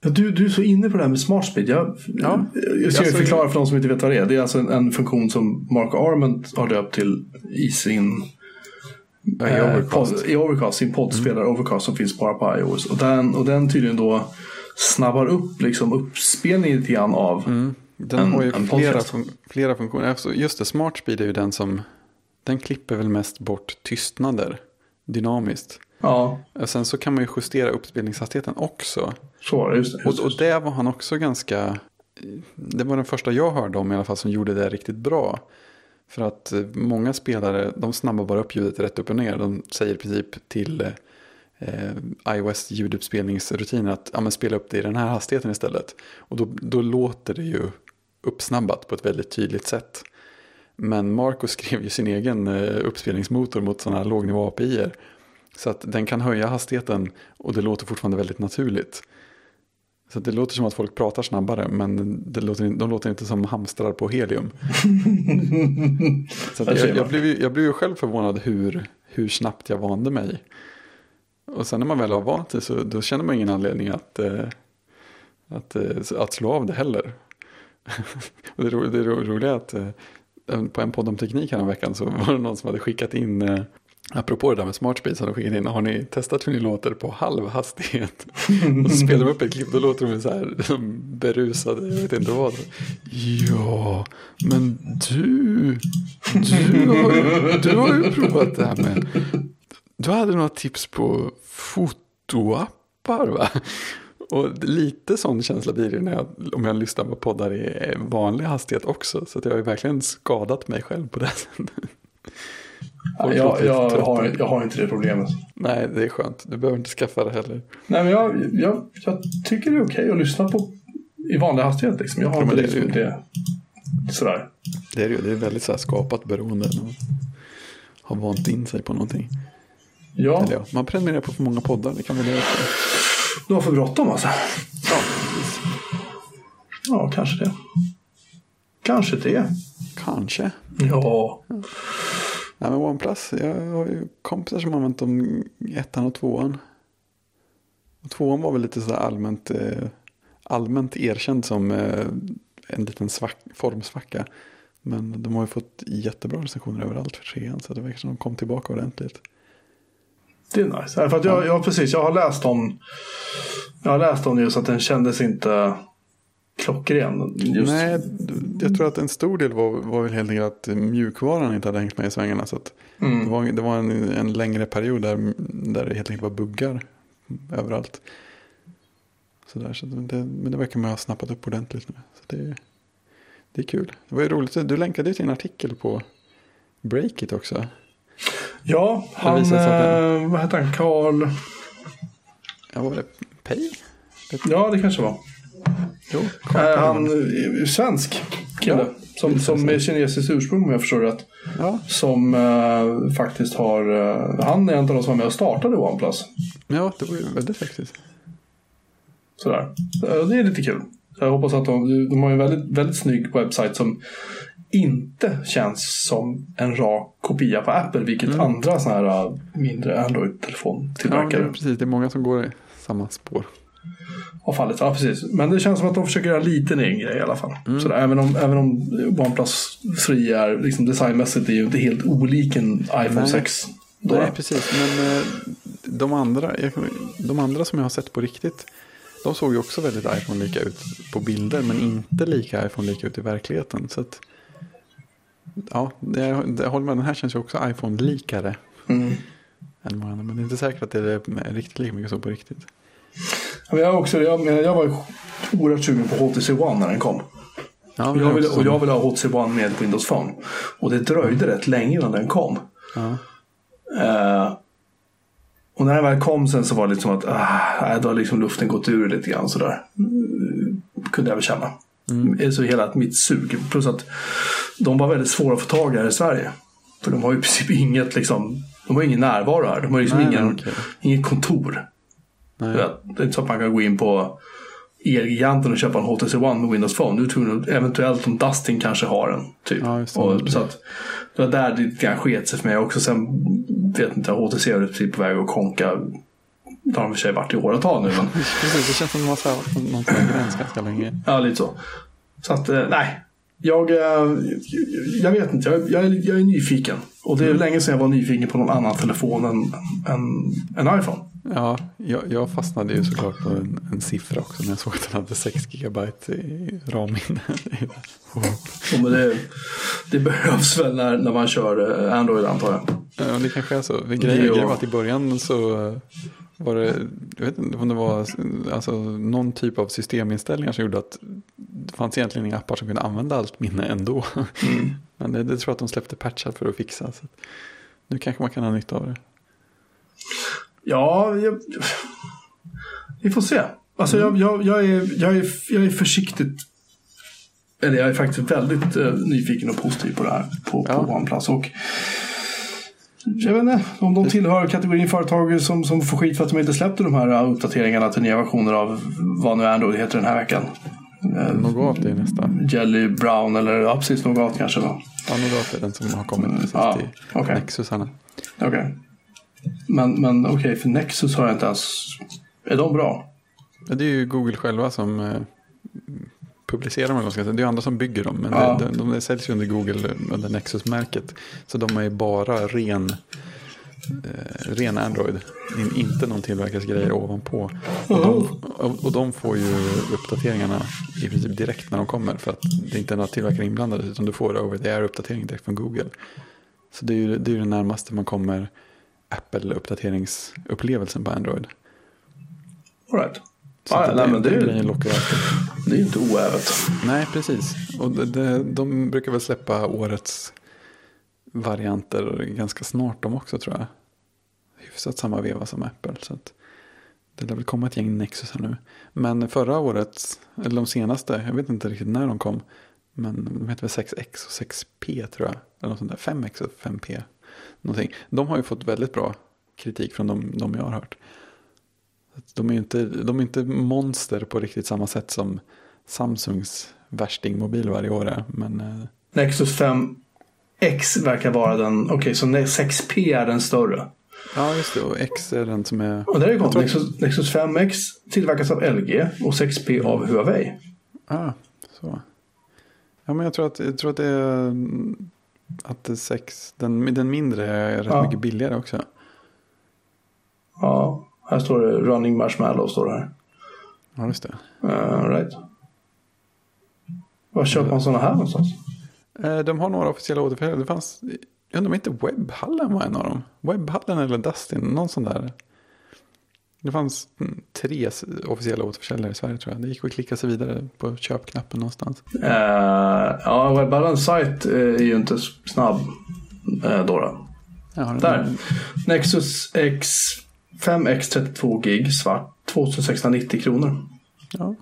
Ja, du, du är så inne på det här med Smart Speed. Jag, ja. jag ska alltså, förklara för de som inte vet vad det är. Det är alltså en, en funktion som Mark Arment har döpt till i sin ja, i Overcast. Eh, pod, i Overcast, sin poddspelare mm. Overcast som finns bara på iOS. Och den, och den tydligen då snabbar upp liksom uppspelningen lite grann av mm. Den en, har ju flera, fun- flera funktioner. Just det, Smart Speed är ju den som den klipper väl mest bort tystnader dynamiskt. Ja. Och sen så kan man ju justera uppspelningshastigheten också. Så, just det, just det. Och, och det var han också ganska... Det var den första jag hörde om i alla fall som gjorde det riktigt bra. För att många spelare, de snabbar bara upp ljudet rätt upp och ner. De säger i princip till eh, iOS ljuduppspelningsrutiner att ja, men spela upp det i den här hastigheten istället. Och då, då låter det ju uppsnabbat på ett väldigt tydligt sätt. Men Marco skrev ju sin egen eh, uppspelningsmotor mot sådana här lågnivå A P I-er. Så att den kan höja hastigheten och det låter fortfarande väldigt naturligt. Så att det låter som att folk pratar snabbare, men det låter, de låter inte som hamstrar på helium. Så att jag, jag, blev ju, jag blev ju själv förvånad hur, hur snabbt jag vande mig. Och sen när man väl har vant sig så då känner man ingen anledning att, eh, att, eh, att slå av det heller. Och det, ro, det ro, roliga är att eh, på en podd om teknik här en veckan så var det någon som hade skickat in... Eh, apropå det där med Smart Speed så har de skickat in, har ni testat hur ni låter på halv hastighet? Och så spelar de upp ett klipp, då låter de så här berusade, jag vet inte vad. Ja, men du, du har, ju, du har ju provat det här med, du hade några tips på fotoappar va? Och lite sån känsla blir det när jag, om jag lyssnar på poddar i vanlig hastighet också. Så att jag har ju verkligen skadat mig själv på det sättet. Ja, jag, jag, har, jag har inte det problemet. Nej, det är skönt. Du behöver inte skaffa det heller. Nej, men jag, jag, jag tycker det är okej att lyssna på i vanlig hastighet. Liksom. Jag har ja, inte det, liksom det, det sådär. Det är ju det är väldigt så här skapat beroende. Man har vant in sig på någonting. Ja. Eller, ja. Man prenumererar på för många poddar. Det kan väl det också. Du har för bråttom alltså. Ja, precis. Ja, kanske det. Kanske det. Kanske. Ja. ja. Nej, men OnePlus, jag har ju kompisar som har använt dem ettan och tvåan. Och tvåan var väl lite sådär allmänt, eh, allmänt erkänd som eh, en liten svack, formsvacka. Men de har ju fått jättebra recensioner överallt för trean, så det verkar som de kom tillbaka ordentligt. Det är nice. För att jag, jag, precis, jag har läst om jag har läst om just att den kändes inte klockren. Just. Nej, jag tror att en stor del var, var väl helt enkelt att mjukvaran inte hade hängt med i svängarna. Så att mm. det var, det var en, en längre period där, där det helt enkelt var buggar överallt. Så där, så det, men det verkar man ha snappat upp ordentligt nu. Så det, det är kul. Det var ju roligt. Du länkade ju till en artikel på Breakit också. Ja, han, eh, vad heter han? Carl... Ja, vad var det? Pej? Ja, det kanske var. Jo, äh, han är svensk kille. Ja, som, som är kinesiskt ursprung om jag förstår rätt. Ja. Som uh, faktiskt har... Uh, han är en av de som var med och startade OnePlus. Ja, det var ju väldigt faktiskt. Sådär. Uh, det är lite kul. Jag hoppas att de, de har en väldigt, väldigt snygg webbsite som inte känns som en rak kopia på Apple, vilket mm. andra såna här uh, mindre Android-telefontillverkare. Ja, precis. Det är många som går i samma spår. Av fallet, ja precis. Men det känns som att de försöker göra lite en egen grej i alla fall. Mm. Sådär, även, om, även om OnePlus tre är liksom designmässigt är ju inte helt olik en iPhone Nej. sex. Då. Nej, precis. Men eh, de, andra, de andra som jag har sett på riktigt, de såg ju också väldigt iPhone-lika ut på bilder, men inte lika iPhone-lika ut i verkligheten. Så att, ja, det, det håller med. Den här känns ju också iPhone-likare. Mm. Än många, men det är inte säkert att det är riktigt lika mycket så på riktigt. Jag, också, jag, jag var oerhört sugen på H T C One när den kom. Ja, och, jag ville, och jag ville ha H T C One med Windows Phone. Och det dröjde rätt länge innan den kom. Ja. Uh, och när den väl kom sen så var det lite som att uh, då har liksom luften gått ur lite grann sådär. Uh, kunde jag väl känna. Mm. Så hela mitt sug. Plus att de var väldigt svåra att få tag här i Sverige. För de har ju i princip inget liksom, de har ingen närvaro här. De har liksom nej, ingen, okay. inget kontor. Nej. Det är inte så att man kan gå in på Elgiganten och köpa en H T C One med Windows Phone. Du tror eventuellt om Dustin kanske har en typ. Ja, och, så att det var där det kan sket sig för mig också. Sen vet inte, H T C är typ på väg att konka har de för sig varit i åratal nu. Men... Precis, det känns som att man har haft någon gräns ganska länge. Ja, lite så. Så att, nej. Jag, jag vet inte, jag, jag, är, jag är nyfiken. Och det är mm. länge sedan jag var nyfiken på någon annan telefon än, än, än iPhone. Ja, jag, jag fastnade ju såklart på en, en siffra också när jag såg att den hade sex gigabyte i RAM-minne. Ja, men det, det behövs väl när, när man kör Android, antar jag. Ja, det kanske är så. Grejen var att i början så var det, jag vet inte om det var alltså, någon typ av systeminställningar som gjorde att det fanns egentligen inga appar som kunde använda allt minne ändå. Mm. Men det, det tror jag att de släppte patchar för att fixa. Så att nu kanske man kan ha nytta av det. Ja, jag, vi får se. Alltså mm. jag, jag, jag, är, jag, är, jag är försiktigt, eller jag är faktiskt väldigt uh, nyfiken och positiv på det här på, ja. på OnePlus. Och jag vet inte, om de tillhör kategorin företag som, som får skit för att de inte släppte de här uppdateringarna till nya versioner av vad nu Android heter den här veckan. Nougat är nästa. Jelly Brown eller ja, precis Nougat kanske då. Ja, Nougat är den som har kommit precis ja, till okay. Nexusarna. Okej. Okay. Men, men okej, okay, för Nexus har jag inte ens... Är de bra? Det är ju Google själva som eh, publicerar dem. Det är ju andra som bygger dem. Men ja. de, de, de säljs ju under Google, under Nexus-märket. Så de är ju bara ren, eh, ren Android. Inte någon tillverkarsgrejer ovanpå. Och de, och, och de får ju uppdateringarna i princip direkt när de kommer. För att det inte är några tillverkare inblandade. Utan du får over the air-uppdatering direkt från Google. Så det är ju det, är ju det närmaste man kommer Apple-uppdateringsupplevelsen på Android. All right. Så ah, nej, det, men det, är, lockar det är inte oävet. Nej, precis. Och det, det, de brukar väl släppa årets varianter ganska snart de också, tror jag. Hyfsat samma veva som Apple. Så att det lär väl komma ett gäng Nexus här nu. Men förra året, eller de senaste, jag vet inte riktigt när de kom, men de heter väl sex X och sex P tror jag. Eller något sånt där, fem X och fem P. Någonting. De har ju fått väldigt bra kritik från de, de jag har hört. De är ju inte, de är inte monster på riktigt samma sätt som Samsungs värstingmobil varje år är. Men, eh... Nexus fem X verkar vara den, okej, okay, så sex P är den större. Ja, just det, och X är den som är... Och det är gott, tror... Nexus, Nexus fem X tillverkas av L G och sex P av Huawei. Ah, så. Ja, men jag tror att, jag tror att det är... Att sex, den, den mindre är rätt ja. mycket billigare också. Ja, här står det Running Marshmallow står det här. Ja, just det. Uh, right. Var köper man sådana här någonstans? Uh, de har några officiella återförsäljare. Det fanns, jag undrar om inte Webhallen var en av dem. Webhallen eller Dustin, någon sån där. Det fanns mm, tre officiella återförsäljare i Sverige, tror jag. Det gick att klicka sig vidare på köpknappen någonstans. Uh, ja, Webhallens sajt är ju inte snabb uh, då. då. Ja, där. En... Nexus X fem X trettiotvå gig svart tvåtusensexhundranittio kronor. Ja.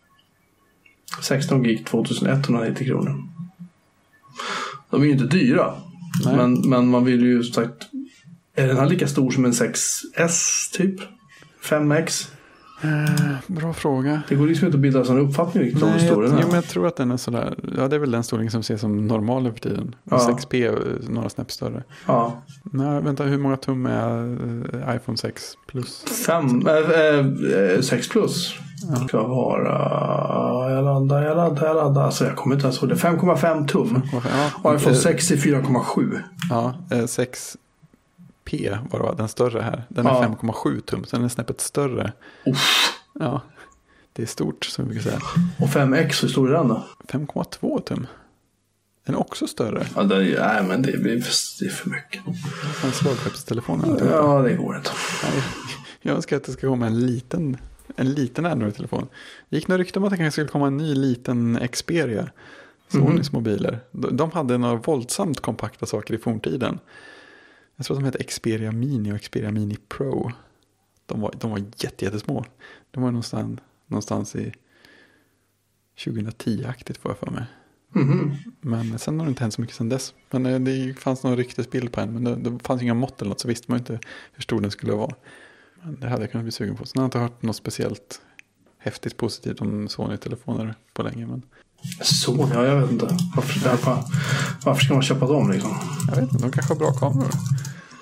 sexton gig tvåtusenetthundranittio kronor. De är ju inte dyra. Men, men man vill ju sagt, är den här lika stor som en sex S typ? fem X? Eh, bra fråga. Det går liksom inte att bilda en sån uppfattning riktigt om hur stor den är. Jo, men jag tror att den är sådär. Ja, det är väl den storleken som ses som normal över tiden. Ja. sex P är några snäpp större. Ja. Nej, vänta, hur många tum är iPhone sex Plus? fem, äh, äh, sex Plus. Ja. Ska vara... Jag laddar, jag laddar, jag laddar. Alltså jag kommer inte ens ihåg det. fem komma fem tum. Ja, och iPhone sex är fyra komma sju. Ja, sex P var det, den större här. Den är ja. fem komma sju tum, så den är snäppet större. Uff. Ja, det är stort som vi kan säga. Och fem X, hur stor är den då? fem komma två tum. Den är också större. Ja, det är, nej, men det blir det är för mycket. En slagskeppstelefon. Ja, det går inte. Jag önskar att det ska komma en liten, en liten Android-telefon. Det gick några rykte om att det kanske skulle komma en ny liten Xperia. Sonys mm-hmm. mobiler. De hade några våldsamt kompakta saker i forntiden. Jag tror att de hette Xperia Mini och Xperia Mini Pro. De var, de var jätte, jättesmå. De var någonstans, någonstans i tjugohundratio-aktigt får jag för mig. Mm-hmm. Men sen har det inte hänt så mycket sedan dess. Men det fanns någon ryktesbild på en. Men det, det fanns inga mått eller något, så visste man inte hur stor den skulle vara. Men det hade jag kunnat bli sugen på. Så jag har inte hört något speciellt häftigt positivt om Sony-telefoner på länge. Men... Sony? Ja, jag vet inte. Varför, varför, varför ska man köpa dem liksom? Jag vet inte, de kanske har bra kameror.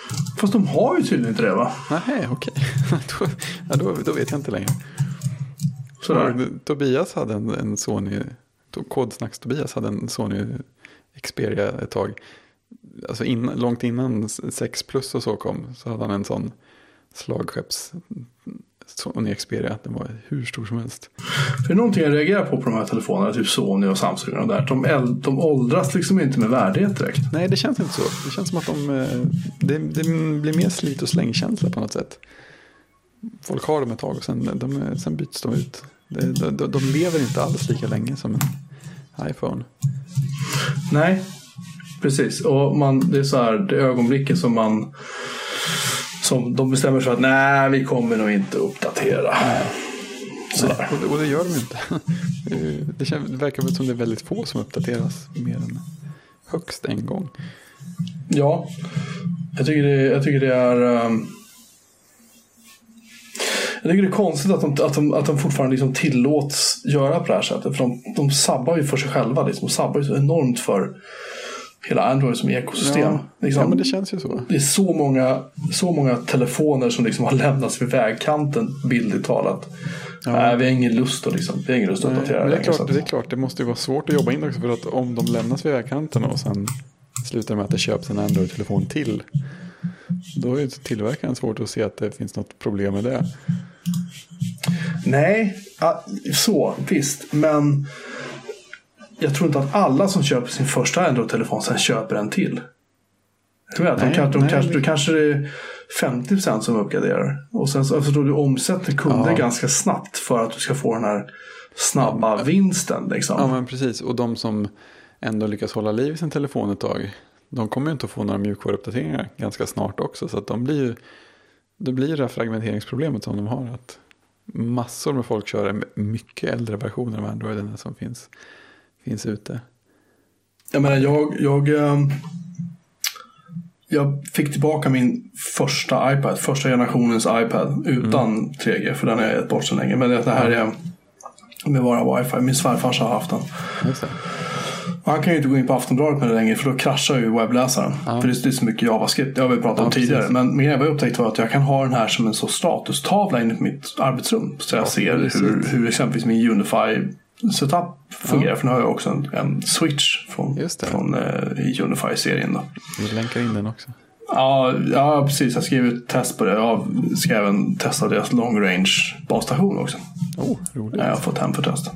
Fast de har ju tydligen inte det, va? Nej, okej. då, ja, då, då vet jag inte längre. Sådär. Tobias hade en, en Sony, Kodsnacks Tobias hade en Sony Xperia ett tag. Alltså in, långt innan sex plus och så kom så hade han en sån slagskepps Sony Xperia. Den var hur stor som helst. För någonting jag reagerar på på de här telefonerna, typ Sony och Samsung och där, de, äl- de åldras liksom inte med värdighet direkt. Nej, det känns inte så. Det känns som att de det, det blir mer slit och slängkänsla på något sätt. Folk har dem ett tag och sen, de, sen byts de ut. De, de, de lever inte alls lika länge som en iPhone. Nej, precis. Och man, det är så här, det ögonblicket som man som de bestämmer sig för att nej, vi kommer nog inte uppdatera. Nej, och, och det gör de inte. Det, känns, det verkar väl som det är väldigt få som uppdateras mer än högst en gång. Ja, jag tycker det, jag tycker det är um, jag tycker det är konstigt att de, att de, att de fortfarande liksom tillåts göra på det här sättet. För de, de sabbar ju för sig själva. Liksom. De sabbar ju så enormt för hela Android som ekosystem. Ja, liksom, ja, men det känns ju så. Det är så många, så många telefoner som liksom har lämnats vid vägkanten, bildligt talat. Ja. Nej, vi har ingen lust att, liksom, vi har ingen lust att uppdatera. Nej, det, är klart, att... det är klart, det måste ju vara svårt att jobba in också. För att om de lämnas vid vägkanten och sen slutar med att det köps en Android-telefon till, då är ju tillverkaren svårt att se att det finns något problem med det. Nej, så visst. Men jag tror inte att alla som köper sin första Android-telefon sen köper en till. Jag vet, nej, de kan, de nej, kanske, det kanske det är femtio procent som uppgraderar. Och sen så alltså, då du omsätter kunder ja. ganska snabbt för att du ska få den här snabba ja. vinsten. Liksom. Ja, men precis. Och de som ändå lyckas hålla liv i sin telefon ett tag, de kommer ju inte att få några mjukvaruuppdateringar ganska snart också. Så att de blir ju, det blir det här fragmenteringsproblemet som de har. Att massor med folk kör mycket äldre versioner av Android än det som finns, finns ute. Jag menar, jag, jag, jag fick tillbaka min första iPad, första generationens iPad utan mm. tre G, för den har jag gett bort så länge. Men det här är med bara wifi. Min svärfars har haft den. Just det. Och han kan ju inte gå in på Aftonbladet med det längre, för då kraschar ju webbläsaren. Ja. För det är så mycket JavaScript, det har vi pratat om ja, tidigare. Precis. Men min jag upptäckt var att jag kan ha den här som en så statustavla inne på mitt arbetsrum. Så jag ja, ser hur, hur exempelvis min Unify setup fungerar. Ja. För nu har jag också en, en switch från, från uh, Unify-serien. Då. Vi länkar in den också. Ja, ja, precis. Jag skrev ett test på det. Jag ska även testa deras long range basstation också. Oh, roligt. Jag har fått hem för test.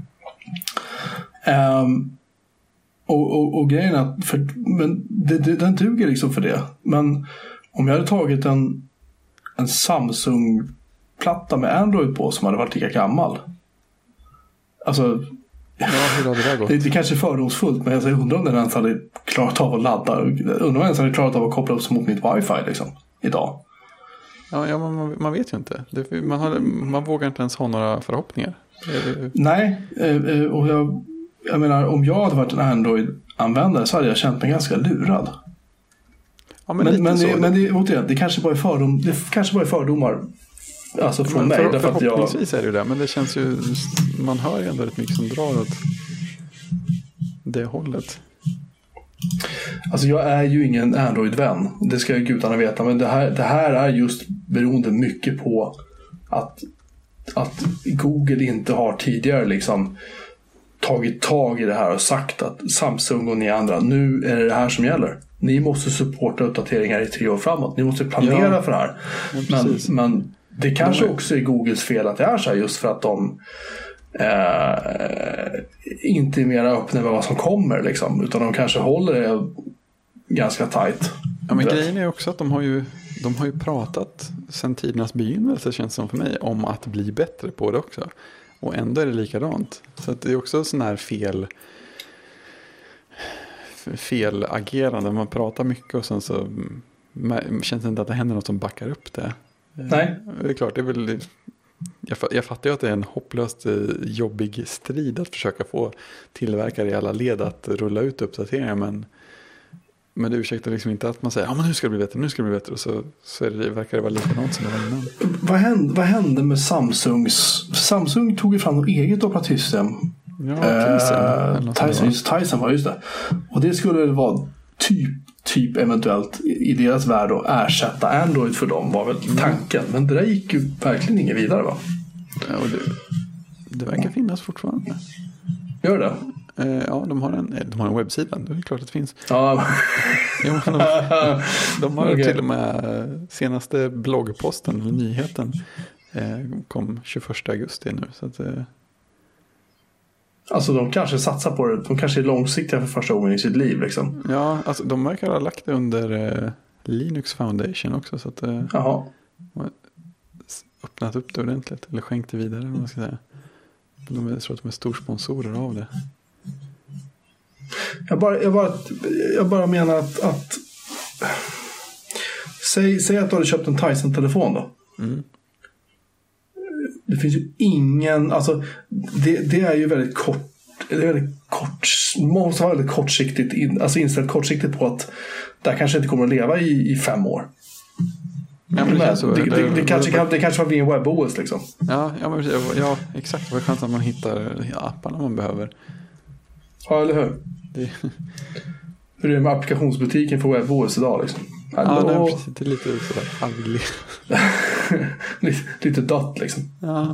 Um, Och, och, och grejen är att för, men det, det, den duger liksom för det. Men om jag hade tagit en, en Samsung-platta med Android på som hade varit lika gammal. Alltså, ja, hur hade det gått? Det, det kanske är fördomsfullt, men jag undrar om den ens hade klarat av att ladda. Undrar om den ens hade klarat av att koppla upp sig mot mitt wifi liksom, idag. Ja, ja man, man vet ju inte. Det, man, har, man vågar inte ens ha några förhoppningar. Det, Nej, och jag... Jag menar, om jag hade varit en Android-användare så hade jag känt mig ganska lurad. Ja, men men, men, det, men det, återigen, det kanske bara är fördom, det kanske bara är fördomar alltså från mig. För, förhoppningsvis jag... är det ju det, men det känns ju, man hör ju ändå rätt mycket som drar åt det hållet. Alltså jag är ju ingen Android-vän, det ska gudarna veta, men det här, det här är just beroende mycket på att, att Google inte har tidigare liksom tagit tag i det här och sagt att Samsung och ni andra, nu är det det här som gäller. Ni måste supporta uppdateringar i tre år framåt. Ni måste planera ja, för det här. Ja, men, men det kanske ja, också är Googles fel att det är så här, just för att de eh, inte är mer öppna med vad som kommer liksom, utan de kanske håller det ganska tajt. Ja, men grejen är också att de har ju de har ju pratat sedan tidernas begynnelse, känns som för mig, om att bli bättre på det också. Och ändå är det likadant. Så att det är också sån här fel fel agerande. Man pratar mycket och sen så känns det inte att det händer något som backar upp det. Nej. Det är klart, det är väl, jag, jag fattar ju att det är en hopplöst jobbig strid att försöka få tillverkare i alla led att rulla ut uppdateringar, men Men det ursäktar liksom inte att man säger ja, men nu ska det bli bättre, nu ska det bli bättre. Och så, så är det, verkar det vara likadant som det var innan. Vad hände, vad hände med Samsungs... Samsung tog ju fram ett eget operativsystem. Ja, Tizen. Eh, Tizen, just, Tizen var just det. Och det skulle vara typ, typ eventuellt i deras värld att ersätta Android för dem var väl tanken. Mm. Men det där gick ju verkligen inget vidare, va? Ja, och det, det verkar finnas fortfarande. Gör det? Eh, ja, de har, en, de har en webbsida. Det är klart att det finns. Ja. Ja, de, de har okay. till och med senaste bloggposten eller nyheten eh, kom tjugoförsta augusti nu. Så att, eh. Alltså de kanske satsar på det. De kanske är långsiktiga för första gången i sitt liv. Liksom. Ja, alltså de verkar ha lagt det under eh, Linux Foundation också. Så att eh, Jaha. öppnat upp det ordentligt. Eller skänkt det vidare. Man ska säga. De är, jag tror att de är storsponsorer av det. Jag bara, jag bara, jag bara menar att, att säg, säg att du hade köpt en Tyson-telefon då. Mm. Det finns ju ingen, alltså det, det är ju väldigt kort, det är väldigt kort, måste vara väldigt kortsiktigt, in, alltså inställt kortsiktigt på att det här kanske inte kommer att leva i, i fem år. Ja, men det, det, det, det, det, kanske, kan, det kanske var vid en webb-O S liksom. Ja, ja, men, ja exakt. Vad chans att man hittar apparna man behöver. Ja, eller hur? Det... Hur är det med applikationsbutiken för webb-O S idag liksom? Ja, nej, precis. Det är lite sådär halvlig. lite, lite dött liksom. Ja.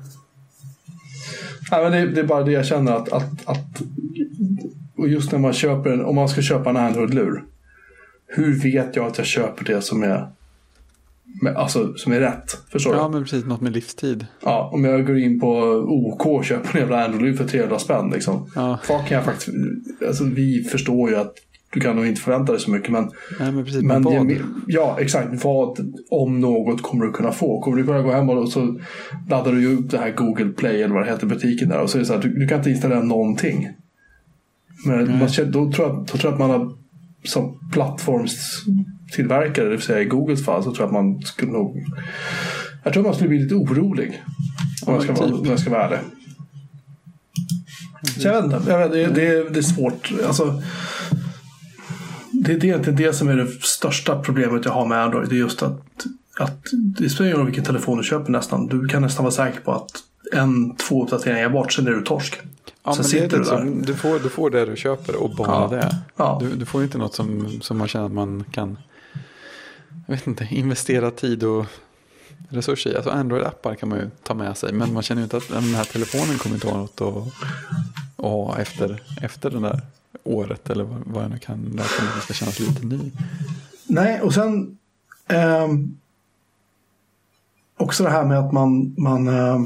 Ja, men det, det är bara det jag känner att, att, att och just när man köper en, om man ska köpa en Android-lur, hur vet jag att jag köper det som är med, alltså, som är rätt? Förstår du? Ja, men precis. Något med livstid. Ja, om jag går in på OK och köper en jävla Android-lur för trehundra spänn liksom. Ja. Vad kan jag faktiskt, alltså vi förstår ju att du kan nog inte förvänta dig så mycket, men, nej, men, precis, men vad? Det, ja, exakt, vad om något kommer du kunna få? Kommer du kunna gå hem och så laddar du ju upp det här Google Play eller vad det heter, butiken där, och så är det så här, du, du kan inte installera någonting. Men man, då, tror jag, då tror jag att man har som plattformstillverkare, det vill säga i Googles fall, så tror jag att man skulle nog, jag tror att man skulle bli lite orolig om jag ska, ja, vara, typ. om jag ska vara ärlig. Så jag vet inte, jag vet, det, det, det är svårt, alltså det, det är inte det som är det största problemet jag har med Android. Det är just att, att det spelar ingen roll vilken telefon du köper nästan. Du kan nästan vara säker på att en, två uppdateringar bort, sen är du torsk. Ja, sen men sitter det är du där. som, du, får, du får det du köper och bara ja. det. Ja. Du, du får inte något som, som man känner att man kan, jag vet inte, investera tid och resurser i. Alltså Android-appar kan man ju ta med sig, men man känner ju inte att den här telefonen kommer inte ha något att, att ha efter, efter den där året eller vad, vad jag nu kan lära mig att det ska kännas lite ny. Nej, och sen eh, också det här med att man, man eh,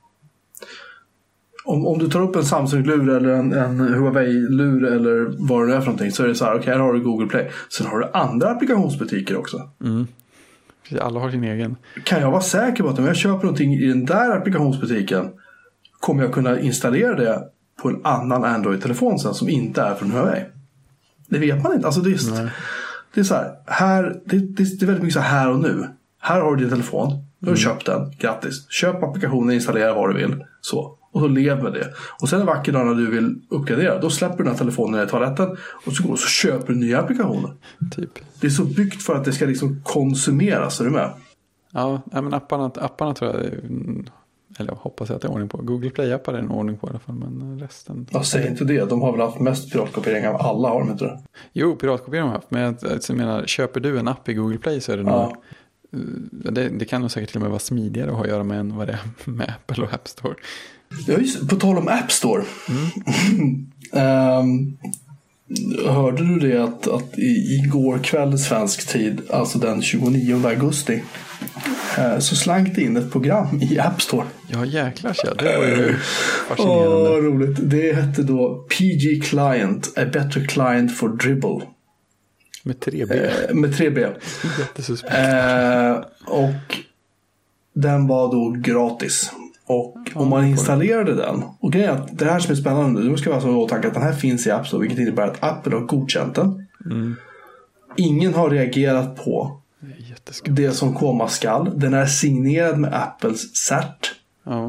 om, om du tar upp en Samsung-lur eller en, en Huawei-lur eller vad det är för någonting, så är det så här, okej, okay, här har du Google Play. Sen har du andra applikationsbutiker också. Mm. Alla har sin egen. Kan jag vara säker på att om jag köper någonting i den där applikationsbutiken kommer jag kunna installera det på en annan Android-telefon sen som inte är från Huawei? Det vet man inte. Alltså det, är, det är så här, här det, det, det är väldigt mycket så här och nu. Här har du din telefon. Du har mm. köpt den. Grattis. Köp applikationen, installera vad du vill. Så. Och så lev med det. Och sen en vacker dag när du vill uppgradera, då släpper du den här telefonen i toaletten och så går och så köper du nya applikationer. Typ. Det är så byggt för att det ska liksom konsumeras. Är du med? Ja, men apparna, apparna tror jag, eller jag hoppas att det är ordning på. Google Play-appar är en ordning på i alla fall, men resten... Jag säger inte det. De har väl haft mest piratkopiering av alla, har de inte det? Jo, piratkopiering har de haft. Men jag, jag menar, köper du en app i Google Play så är det ja. nog... Det, det kan nog säkert till och med vara smidigare att ha att göra med än vad det är med Apple och App Store. Ja, just, på tal om App Store. Mm. um, hörde du det att, att i, igår kväll svensk tid, alltså den tjugonionde augusti, uh, så slank det in ett program i App Store. Ja, jäklar, ja. Det var ju fascinerande. Åh, oh, roligt. Det hette då P G Client, a better client for dribble. Med tre B. Eh, med tre B. Jättesuspekt. Eh, och den var då gratis. Och ja, om man installerade den, och grejen är att det här som är spännande nu, nu ska vi alltså ha i åtanke att den här finns i App Store, vilket innebär att Apple har godkänt den. Mm. Ingen har reagerat på det, det som komma skall. Den är signerad med Apples cert. Ja.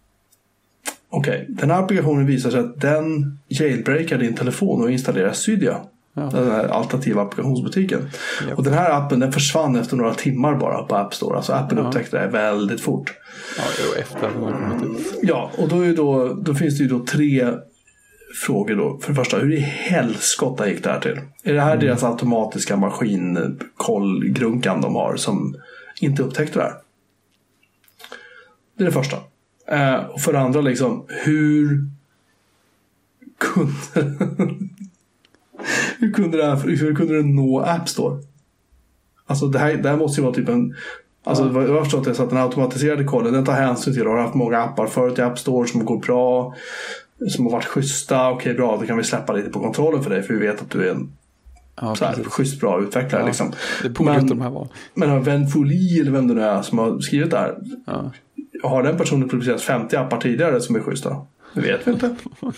Okej, okay. Den här applikationen visar sig att den jailbreakar din telefon och installerar Cydia. Ja. Den här alternativa applikationsbutiken. Yep. Och den här appen, den försvann efter några timmar bara på App Store. Alltså appen ja. upptäckte det väldigt fort. Ja, jo, efter att den har kommit ut. Ja, och då, är då, då finns det ju då tre frågor då. För det första, hur i helskotta gick det här till? Är det här mm. deras automatiska maskinkollgrunkan de har som inte upptäckte det här? Det är det första. Eh, och för det andra, liksom, hur kunde hur kunde det här, hur kunde det nå App Store? Alltså det här, det här måste ju vara typ en, alltså ja. Jag har förstått det så att den automatiserade kollen, den tar hänsyn till, har haft många appar förut i App Store som går bra, som har varit schyssta. Okej, bra, då kan vi släppa lite på kontrollen för dig, för vi vet att du är en ja, så här, schysst bra utvecklare. Ja, liksom. Det borde men, de här vara. Men Ven Folie eller vem det nu är som har skrivit det här, ja. Har den personen publicerat femtio appar tidigare som är schyssta? Det vet vi inte.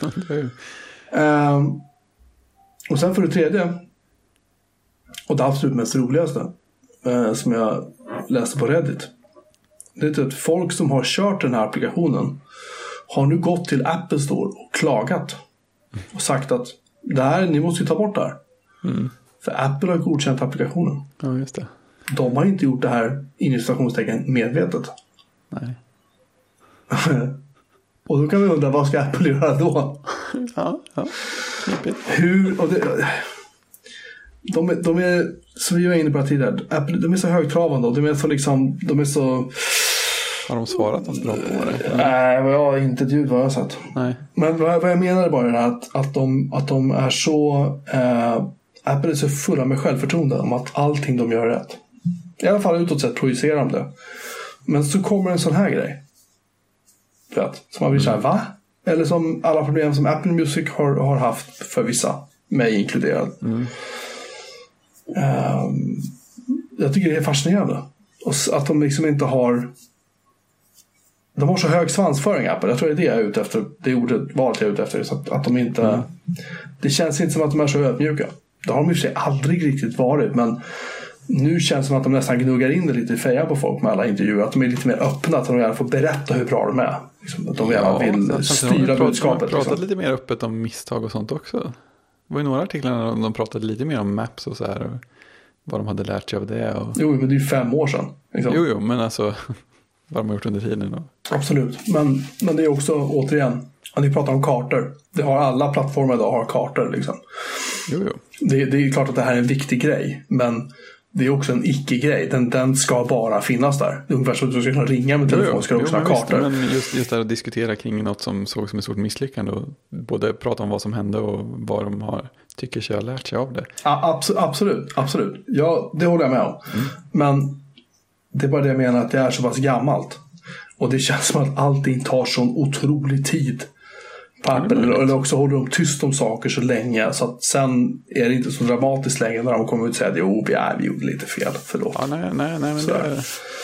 um, och sen för det tredje, och det absolut mest roligaste uh, som jag läste på Reddit, det är att folk som har kört den här applikationen har nu gått till Apple Store och klagat och sagt att det här, ni måste ju ta bort det här. Mm. För Apple har godkänt applikationen. Ja, just det. De har inte gjort det här i citationstecken medvetet. Nej. Och då kan vi undra, vad ska Apple göra då? Ja, ja. Hur, och det, de, är, de är, som vi var inne på tidigare, Apple, de är så högtravande och de är så liksom, de är så... Har de svarat något bra på det? Nej, jag har inte ett ljud vad jag har sett. Nej. Men vad, vad jag menar bara är att, att, de, att de är så... Eh, Apple är så fulla med självförtroende om att allting de gör är rätt. I alla fall utåt sett projicerar de det. Men så kommer en sån här grej. Vet, som man blir så här, va? Eller som alla problem som Apple Music har, har haft för vissa, mig inkluderad. Mm. Um, jag tycker det är fascinerande. Och att de liksom inte har... De har så hög svansföring, Apple. Jag tror det är det jag är ute efter. Det ordet valet jag är ute efter. Så att, att de inte... Mm. Det känns inte som att de är så ödmjuka. Det har de i och för sig aldrig riktigt varit, men nu känns det som att de nästan gnuggar in det lite i fejan på folk med alla intervjuer. Att de är lite mer öppna, att de gärna får berätta hur bra de är. Liksom, att de gärna ja, vill styra de budskapet. De pratat liksom. lite mer öppet om misstag och sånt också. Det var ju några artiklar där de pratade lite mer om maps och så här. Och vad de hade lärt sig av det. Och... Jo, men det är ju fem år sedan. Liksom. Jo, jo, men alltså vad de har gjort under tiden. Och... Absolut, men, men det är också återigen, att ni pratar om kartor. Det har alla plattformar idag har kartor liksom. Jo, jo. Det, det är klart att det här är en viktig grej, men det är också en icke-grej. Den, den ska bara finnas där. Det är ungefär så att du ska kunna ringa med telefon, jo, ska du också ha kartor. Men just, just där att diskutera kring något som såg som ett stort misslyckande och både prata om vad som hände och vad de har, tycker sig ha lärt sig av det. Ja, abso- absolut, absolut. Ja, det håller jag med om. Mm. Men det är bara det jag menar, att det är så pass gammalt. Och det känns som att allting tar sån otrolig tid på Apple. Mm. Eller också håller de tyst om saker så länge, så att sen är det inte så dramatiskt längre när de kommer ut och säger att jo, ja, vi gjorde lite fel, förlåt. Ja, nej, nej, nej, men så, det...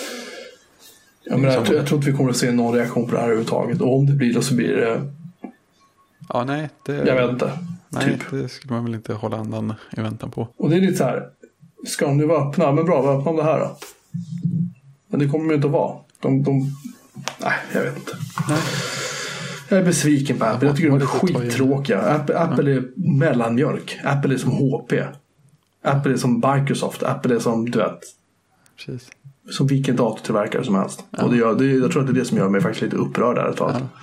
jag, menar, jag, jag tror inte vi kommer att se någon reaktion på det här överhuvudtaget. Och om det blir det så blir det... Ja, nej. Det... Jag vet inte. Nej, typ. Det skulle man väl inte hålla andan i väntan på. Och det är lite så här, ska de nu vara öppna? Men bra, vad öppna om det här då? Men det kommer de inte att vara. De, de... Nej, jag vet inte. Nej. Jag är besviken på Apple. Jag tycker de är skittråkiga. Apple, Apple är mellanmjölk. Apple är som H P. Apple är som Microsoft. Apple är som, du vet, precis. Som vilken datortillverkare som helst. Ja. Och det gör, det, jag tror att det är det som gör mig faktiskt lite upprörd där ett tag. Ja.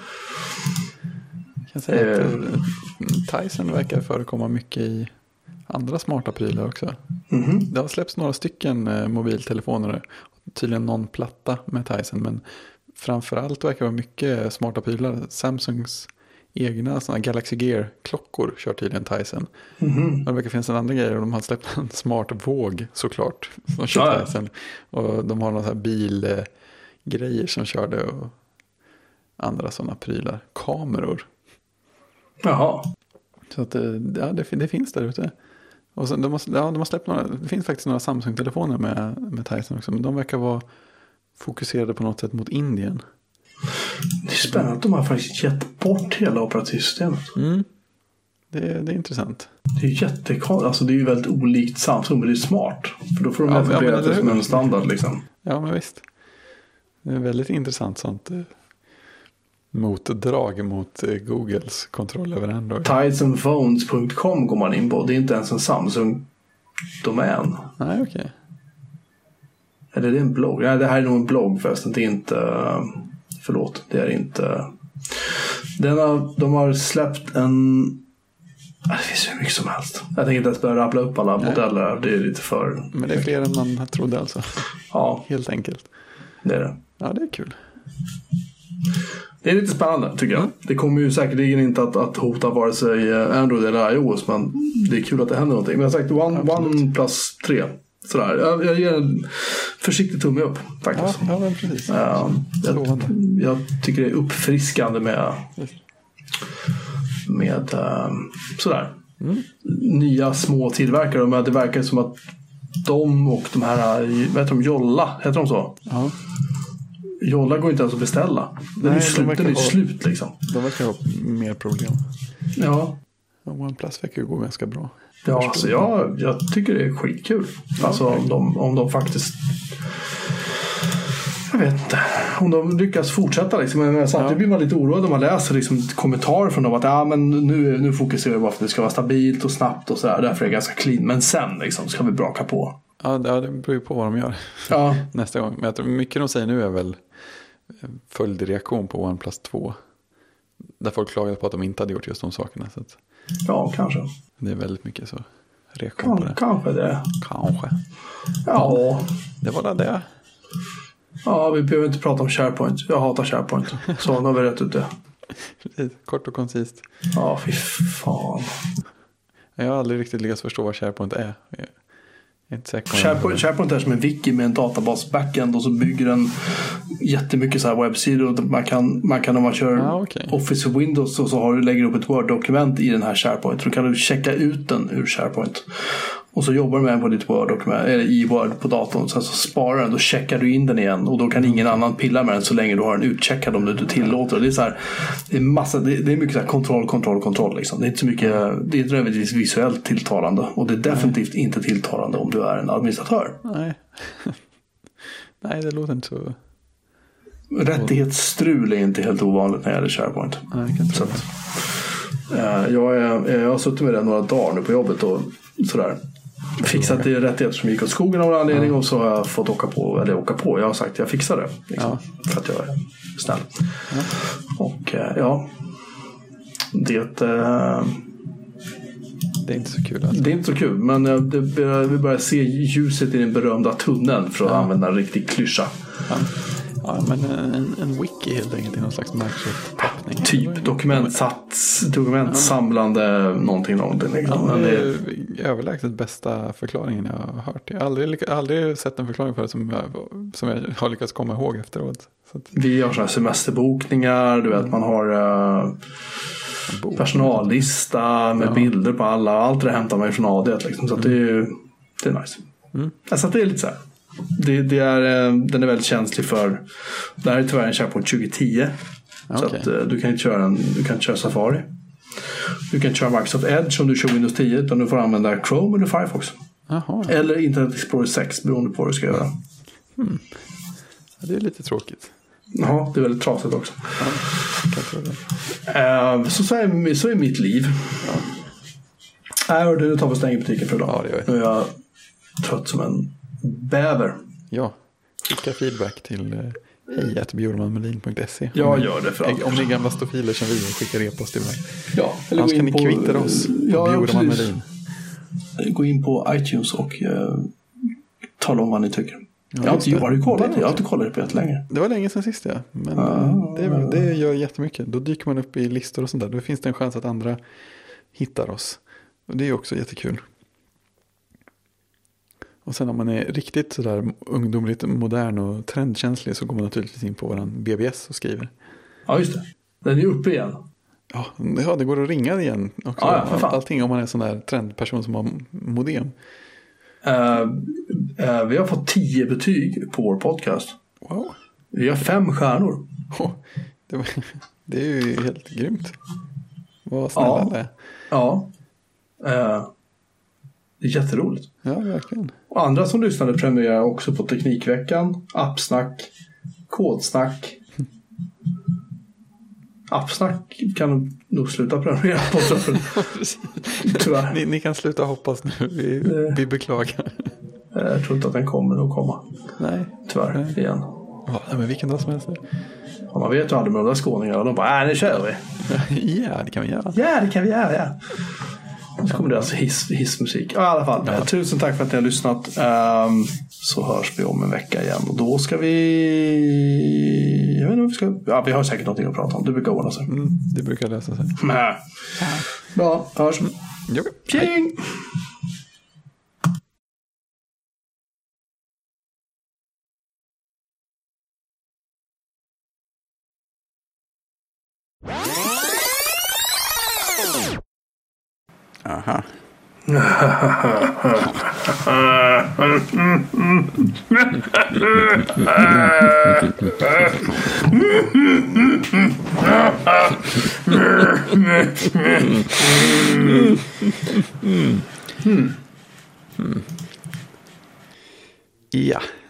Jag kan säga eh. att Tyson verkar förekomma mycket i andra smarta prylar också. Mm-hmm. Det har släppts några stycken eh, mobiltelefoner. Tydligen någon platta med Tyson, men framförallt verkar det vara mycket smarta prylar. Samsungs egna såna Galaxy Gear-klockor kör tydligen Tyson. Mm-hmm. Det verkar finnas en andra grej, och de har släppt en smart våg såklart som kör ja, Tyson. Och de har några så här bilgrejer som kör det och andra sådana prylar. Kameror. Jaha. Så att ja, det, det finns där ute. Och sen, de, har, ja, de har släppt några, det finns faktiskt några Samsung-telefoner med, med Tyson också, men de verkar vara fokuserade på något sätt mot Indien. Det är spännande att de har faktiskt gett bort hela operativsystemet. Mm. Det, det är intressant. Det är jättekonstigt. Alltså det är ju väldigt olikt Samsung, men det är smart. För då får de ja, etablera det som en standard liksom. Ja, men visst. Det är väldigt intressant sånt motdrag mot Googles kontroll över Android. Tyson phones punkt com går man in på. Det är inte ens en Samsung-domän. Nej, okej. Okay. Eller det är en blogg? Nej, det här är nog en blogg förresten. Det är inte... Förlåt, det är inte... Den har, de har släppt en... Det finns hur mycket som helst. Jag tänker inte ens börja rabbla upp alla Nej. modeller. Det är lite för... Men det är fler än man trodde alltså. Ja. Helt enkelt. Det är det. Ja, det är kul. Det är lite spännande tycker jag. Mm. Det kommer ju säkerligen inte att, att hota vare sig Android eller iOS. Men det är kul att det händer någonting. Men jag har sagt One, One plus tre. Sådär. Jag, jag ger en försiktig tumme upp faktiskt. Ja, ja men precis. Uh, jag, jag tycker det är uppfriskande med med uh, sådär mm. nya små tillverkare. Men det verkar som att de och de här, vad heter de, Jolla, heter de så? Ja. Jolla går inte ens att beställa. Den Nej, är slut, de den är ha, slut liksom. De verkar ha mer problem. Ja. OnePlus verkar ju gå ganska bra. Ja, alltså jag, jag tycker det är skitkul. Alltså om de, om de faktiskt... Jag vet inte. Om de lyckas fortsätta liksom. Men samtidigt ja. blir man lite oroad om man läser liksom, kommentarer från dem. Att ja, men nu, nu fokuserar vi bara på att det ska vara stabilt och snabbt och sådär. Därför är det ganska clean. Men sen liksom, ska vi braka på. Ja, det beror ju på vad de gör ja. nästa gång. Men jag tror mycket de säger nu är väl följdreaktion på OnePlus två. Där folk klagade på att de inte hade gjort just de sakerna. Så att ja, kanske. Det är väldigt mycket så reaktion kan, på det. Kanske det. Kanske. Ja. Det var det. Ja, vi behöver inte prata om SharePoint. Jag hatar SharePoint. Så nu har vi rätt ut det. Precis, kort och koncist. Ja, fy fan. Jag har aldrig riktigt lyckats förstå vad SharePoint är. Jag är inte säker. SharePoint, SharePoint är som en wiki med en databas backend och så bygger den jättemycket så här webbsidor. Man kan, man kan om man kör ah, okay. Office och Windows och så har du, lägger upp ett Word-dokument i den här SharePoint. Då kan du checka ut den ur SharePoint. Och så jobbar du med den på ditt Word-dokument, eller i Word på datorn. Sen så sparar den, då checkar du in den igen. Och då kan ingen annan pilla med den så länge du har den utcheckad om du inte tillåter. Det är så här, det är massa, det, det är mycket så här kontroll, kontroll, kontroll liksom. Det är inte så mycket, det är inte nödvändigtvis visuellt tilltalande. Och det är definitivt Nej. inte tilltalande om du är en administratör. Nej. Nej, det låter inte så. Rättighetsstrul är inte helt ovanligt när det gäller SharePoint. Nej, jag kan inte så att, uh, jag, är, jag har suttit med det några dagar nu på jobbet och sådär. Fixat det rättigheter som gick åt skogen av en anledning ja. och så har jag fått åka på, eller åka på. Jag har sagt att jag fixar det. Liksom, ja. För att jag är snäll. Ja. Och uh, ja, det uh, det är inte så kul. Alltså. Det är inte så kul, men uh, det, vi börjar se ljuset i den berömda tunneln för att ja. använda en riktig klyscha. Ja. Ja, men en, en wiki helt enkelt i någon slags Microsoft-tappning. Typ dokumentsats, dokumentsamlande ja. någonting, någonting. Liksom. Ja, det är överlägset bästa förklaringen jag har hört. Jag har aldrig, aldrig sett en förklaring för det som jag, som jag har lyckats komma ihåg efteråt. Så att... Vi har sådana semesterbokningar, du vet, mm. man har uh, personallista med ja. bilder på alla. Allt det hämtar man från A D. Liksom, så att mm. det, är, det är nice. Mm. Alltså att det är lite så här. Det, det är, den är väldigt känslig för. Det här är tyvärr en SharePoint tjugo tio. Okay. Så att du kan inte köra en, du kan inte köra Safari. Du kan inte köra Microsoft Edge om du kör Windows tio, utan du får använda Chrome eller Firefox. Aha. Eller Internet Explorer sex, beroende på vad du ska göra. Hmm. Ja, det är lite tråkigt. Ja, det är väldigt trasigt också. Ja, kan tro det. Uh, så, så, är, så är mitt liv. Ja. Äh, du tar på stäng i butiken för idag. Ja, det gör jag. Nu är jag trött som en bäver. Ja, skicka feedback till eh, hej at bjurmanmelin punkt se. Ja, gör det för allt. Om ni är gamla stofiler som vi skickar e-post till mig. Ja, eller annars gå in kan på, ni kvitta oss på ja, Bjurmanmelin. Gå in på iTunes och uh, tala om vad ni tycker. Ja, jag, har inte, har du kollat det? Jag har inte kollat det på ett länge. Det var länge sedan sist, ja. Men ah, det, det gör jättemycket. Då dyker man upp i listor och sånt där. Då finns det en chans att andra hittar oss. Och det är också jättekul. Och sen om man är riktigt sådär ungdomligt modern och trendkänslig så går man naturligtvis in på våran B B S och skriver. Ja, just det. Den är uppe igen. Ja, ja det går att ringa igen också. Ja, ja, All, allting om man är sån där trendperson som har modem. Uh, uh, vi har fått tio betyg på vår podcast. Wow. Vi har fem stjärnor. Oh, det, var, det är ju helt grymt. Vad snälla ja. det är. Ja. Uh, det är jätteroligt. Ja, verkligen. Och andra som lyssnade prenumererar också på Teknikveckan, Appsnack, Kodsnack. Appsnack kan nog sluta prenumerera på. Tyvärr. Ni, ni kan sluta hoppas nu. Vi, det, vi beklagar. Jag tror inte att den kommer att komma. Nej. Tyvärr, Nej. igen. Ja, men vilken dag som helst. Ja, man vet ju aldrig med de där skåningarna. Och de bara, äh, nu kör vi. Ja, det kan vi göra. Ja, det kan vi göra, ja. Så kommer det alltså hiss, hissmusik. Ja, i alla fall, ja. Tusen tack för att ni har lyssnat. Um, så hörs vi om en vecka igen. Och då ska vi... Jag vet inte vad vi ska... Ja, vi har säkert någonting att prata om. Det brukar ordna sig. Mm, det brukar lösa sig. Nä. Bra, hörs. Mm. Tjing! Aha. Ja.